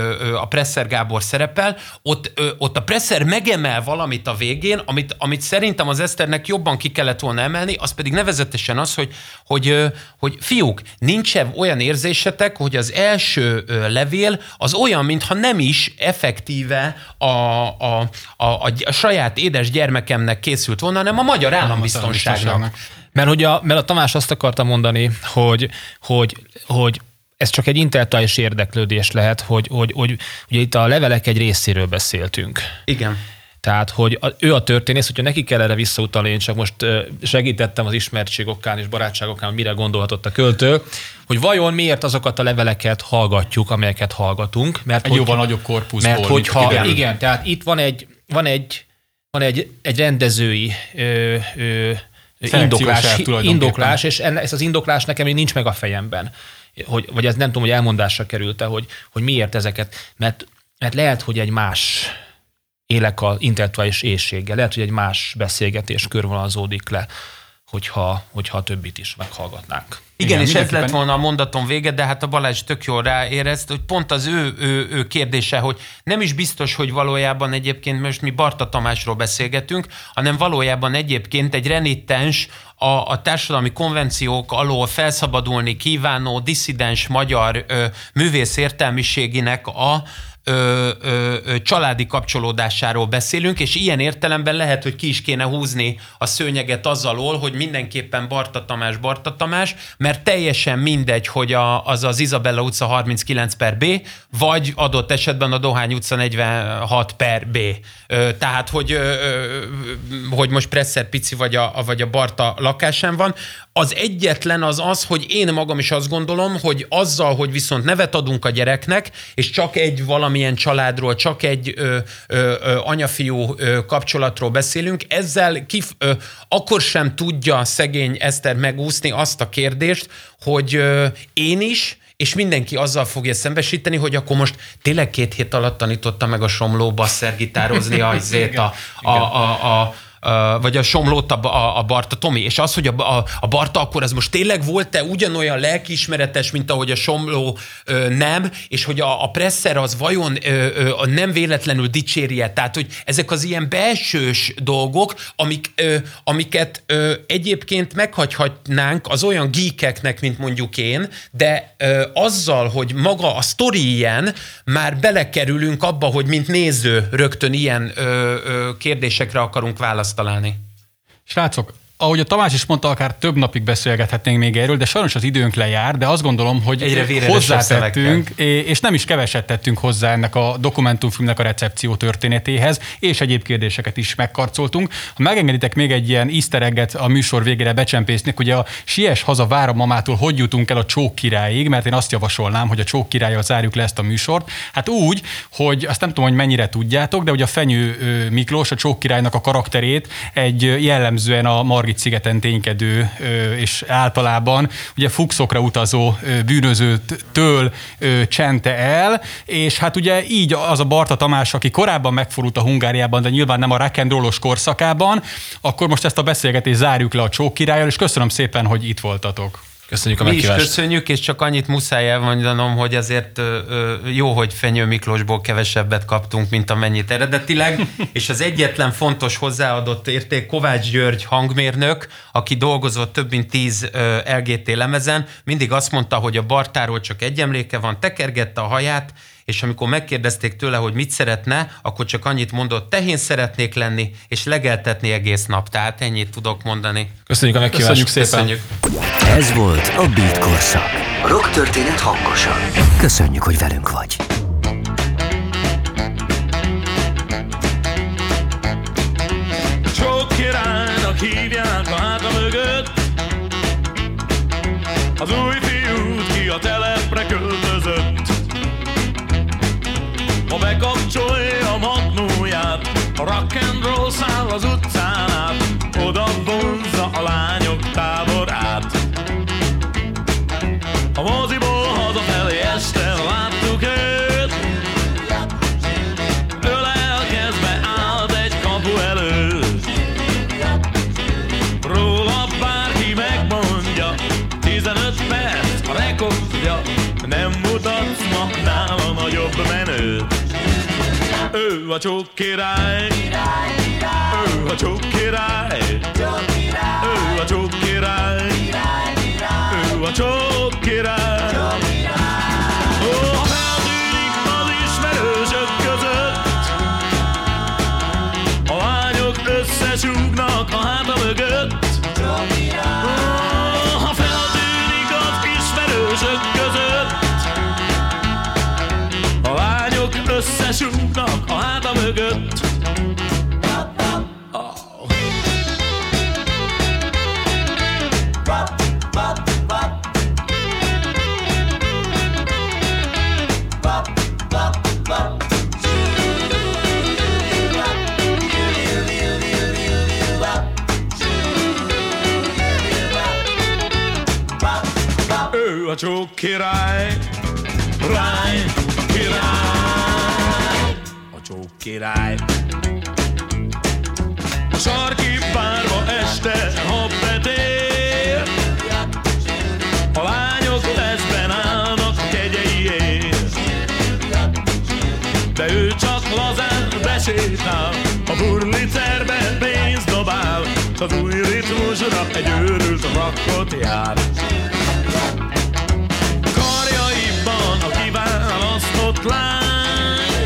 Speaker 4: a Presser Gábor szerepel, ott, ö, ott a Presser megemel valamit a végén, amit, amit szerintem az Eszternek jobban ki kellett volna emelni, az pedig nevezetesen az, hogy, hogy, hogy fiúk, nincsen olyan érzésetek, hogy az első levél az olyan, mintha nem is effektíve a, a, a, a, a saját édes gyermekemnek készült volna, hanem a magyar állambiztonságnak.
Speaker 3: Mert, hogy a, mert a Tamás azt akarta mondani, hogy, hogy, hogy ez csak egy intellektuális érdeklődés lehet, hogy, hogy, hogy ugye itt a levelek egy részéről beszéltünk.
Speaker 4: Igen.
Speaker 3: Tehát, hogy a, ő a történész, hogyha neki kell erre visszautalni, én csak most segítettem az ismertség okán és barátság okán, mire gondolhatott a költő, hogy vajon miért azokat a leveleket hallgatjuk, amelyeket hallgatunk. Mert
Speaker 2: egy
Speaker 3: hogy,
Speaker 2: jóval nagyobb korpuszból.
Speaker 3: Mert hogyha, igen.
Speaker 2: igen,
Speaker 3: igen, tehát itt van egy, van egy, van egy, egy rendezői ö, ö, indoklás, indoklás, és enne, ez az indoklás nekem még nincs meg a fejemben. Hogy, vagy ez nem tudom, hogy elmondásra került-e, hogy, hogy miért ezeket, mert, mert lehet, hogy egy más élek az intellektuális éhséggel, lehet, hogy egy más beszélgetés körvonalazódik le, hogyha, hogyha a többit is meghallgatnánk.
Speaker 4: Igen, Igen és ez lett volna a mondatom vége, de hát a Balázs tök jól ráérezt, hogy pont az ő, ő, ő kérdése, hogy nem is biztos, hogy valójában egyébként most mi Barta Tamásról beszélgetünk, hanem valójában egyébként egy renittens, a, a társadalmi konvenciók alól felszabadulni kívánó, disszidens magyar ö, művész értelmiségének a ö, ö, ö, családi kapcsolódásáról beszélünk, és ilyen értelemben lehet, hogy ki is kéne húzni a szőnyeget az alól, hogy mindenképpen Barta Tamás, Barta Tamás, mert teljesen mindegy, hogy a, az az Izabella utca harminckilenc per B, vagy adott esetben a Dohány utca negyvenhat per B. Ö, tehát, hogy, ö, hogy most Presser Pici vagy a, vagy a Barta lakásán van. Az egyetlen az az, hogy én magam is azt gondolom, hogy azzal, hogy viszont nevet adunk a gyereknek, és csak egy valamilyen családról, csak egy ö, ö, ö, anyafiú ö, kapcsolatról beszélünk, ezzel kif, ö, akkor sem tudja szegény Eszter megúszni azt a kérdést, hogy ö, én is, és mindenki azzal fogja szembesíteni, hogy akkor most tényleg két hét alatt tanította meg a Somló basszergitározni a, a, a, a, a Uh, vagy a Somlót a, a, a Barta Tomi, és az, hogy a, a, a Barta akkor ez most tényleg volt-e ugyanolyan lelkiismeretes, mint ahogy a Somló uh, nem, és hogy a, a Presser az vajon uh, uh, nem véletlenül dicséri-e. Tehát, hogy ezek az ilyen belsős dolgok, amik, uh, amiket uh, egyébként meghagyhatnánk az olyan geekeknek, mint mondjuk én, de uh, azzal, hogy maga a sztori ilyen, már belekerülünk abba, hogy mint néző rögtön ilyen uh, uh, kérdésekre akarunk választ találni.
Speaker 2: Srácok, ahogy a Tamás is mondta, akár több napig beszélgethetnénk még erről, de sajnos az időnk lejár, de azt gondolom, hogy hozzátettünk, és nem is keveset tettünk hozzá ennek a dokumentumfilmnek a recepció történetéhez, és egyéb kérdéseket is megkarcoltunk. Ha megengeditek még egy ilyen easter egget a műsor végére becsempésznek, hogy a Siess haza vár mamától hogy jutunk el a Csók királyig, mert én azt javasolnám, hogy a Csók királlyal zárjuk le ezt a műsort. Hát úgy, hogy azt nem tudom, hogy mennyire tudjátok, de hogy a Fenyő Miklós, a Csók királynak a karakterét egy jellemzően a Margit szigeten ténykedő és általában ugye fuxokra utazó bűnözőtől csente el, és hát ugye így az a Barta Tamás, aki korábban megfordult a Hungáriában, de nyilván nem a rock and rollos korszakában, akkor most ezt a beszélgetést zárjuk le a Csók királlyal, és köszönöm szépen, hogy itt voltatok.
Speaker 3: Köszönjük a
Speaker 4: Mi
Speaker 3: meghívást.
Speaker 4: is köszönjük, és csak annyit muszáj elmondanom, hogy azért jó, hogy Fenyő Miklósból kevesebbet kaptunk, mint amennyit eredetileg, és az egyetlen fontos hozzáadott érték Kovács György hangmérnök, aki dolgozott több mint tíz el gé té lemezen, mindig azt mondta, hogy a Bartáról csak egy emléke van, tekergette a haját, és amikor megkérdezték tőle, hogy mit szeretne, akkor csak annyit mondott, tehén szeretnék lenni, és legeltetni egész nap. Tehát ennyit tudok mondani.
Speaker 3: Köszönjük a meghívást.
Speaker 2: Köszönjük szépen.
Speaker 4: Köszönjük.
Speaker 1: Ez volt a Beat korszak. Rock történet hangosan. Köszönjük, hogy velünk vagy.
Speaker 5: Csók királynak hívják a háta mögött, az új fiút ki a telepre költözött. Ha bekapcsolja a magnóját, a rock and roll száll az utcán át, oda vonzza a lányok táborát. A moziból hazafelé este láttuk őt, ölelkezve állt egy kapu előtt. Róla bárki megmondja, tizenöt perc a rekordja, nem mutatsz ma nála nagyobb menőt. Ő a Csók király, ő a Csók király, ő a Csók király, ő a Csók király. Ó, ha feltűnik az ismerősök között, a lányok összesúgnak a háta mögött. Ó, ha feltűnik az ismerősök között, a lányok összesúgnak a háta mögött. Oh. Ő a Csók király, király, király, a Csók király. A sarki bárba este, ha betér, a lányok teszben állnak a kegyeiért, de ő csak lazán besétál, a burlicerbe pénzt dobál, s az új ritmusra egy őrült rakkot jár. Karjaiban a kiválasztott lány,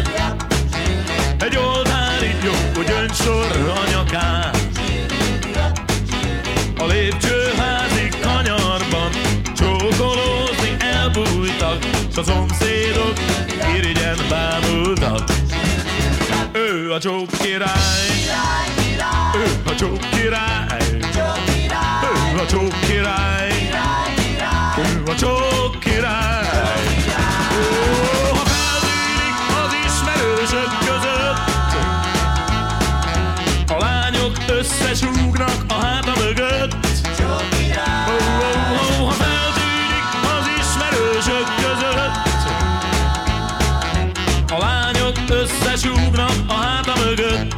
Speaker 5: s a szomszédok irigyen bámultak. Ő a csók király, ő a csók király, ő a csók király, ő a csók király. Ó, ha feltűnik az ismerősök között, a lányok összesúgnak a háta mögött. Ó, ó, ó, ha feltűnik az ismerősök között, a lányok összesúgnak a háta mögött.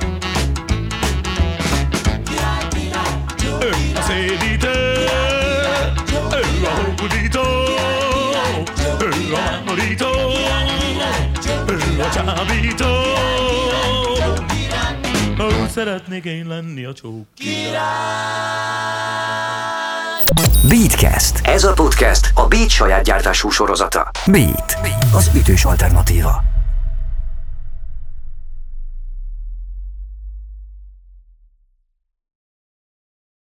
Speaker 5: Ő a szédítő, ő a hódító, ő a mámorító, ő a csábító. Ó, szeretnék én lenni a csók király.
Speaker 1: Beatcast. Ez a podcast a Beat saját gyártású sorozata. Beat, az ütős alternatíva.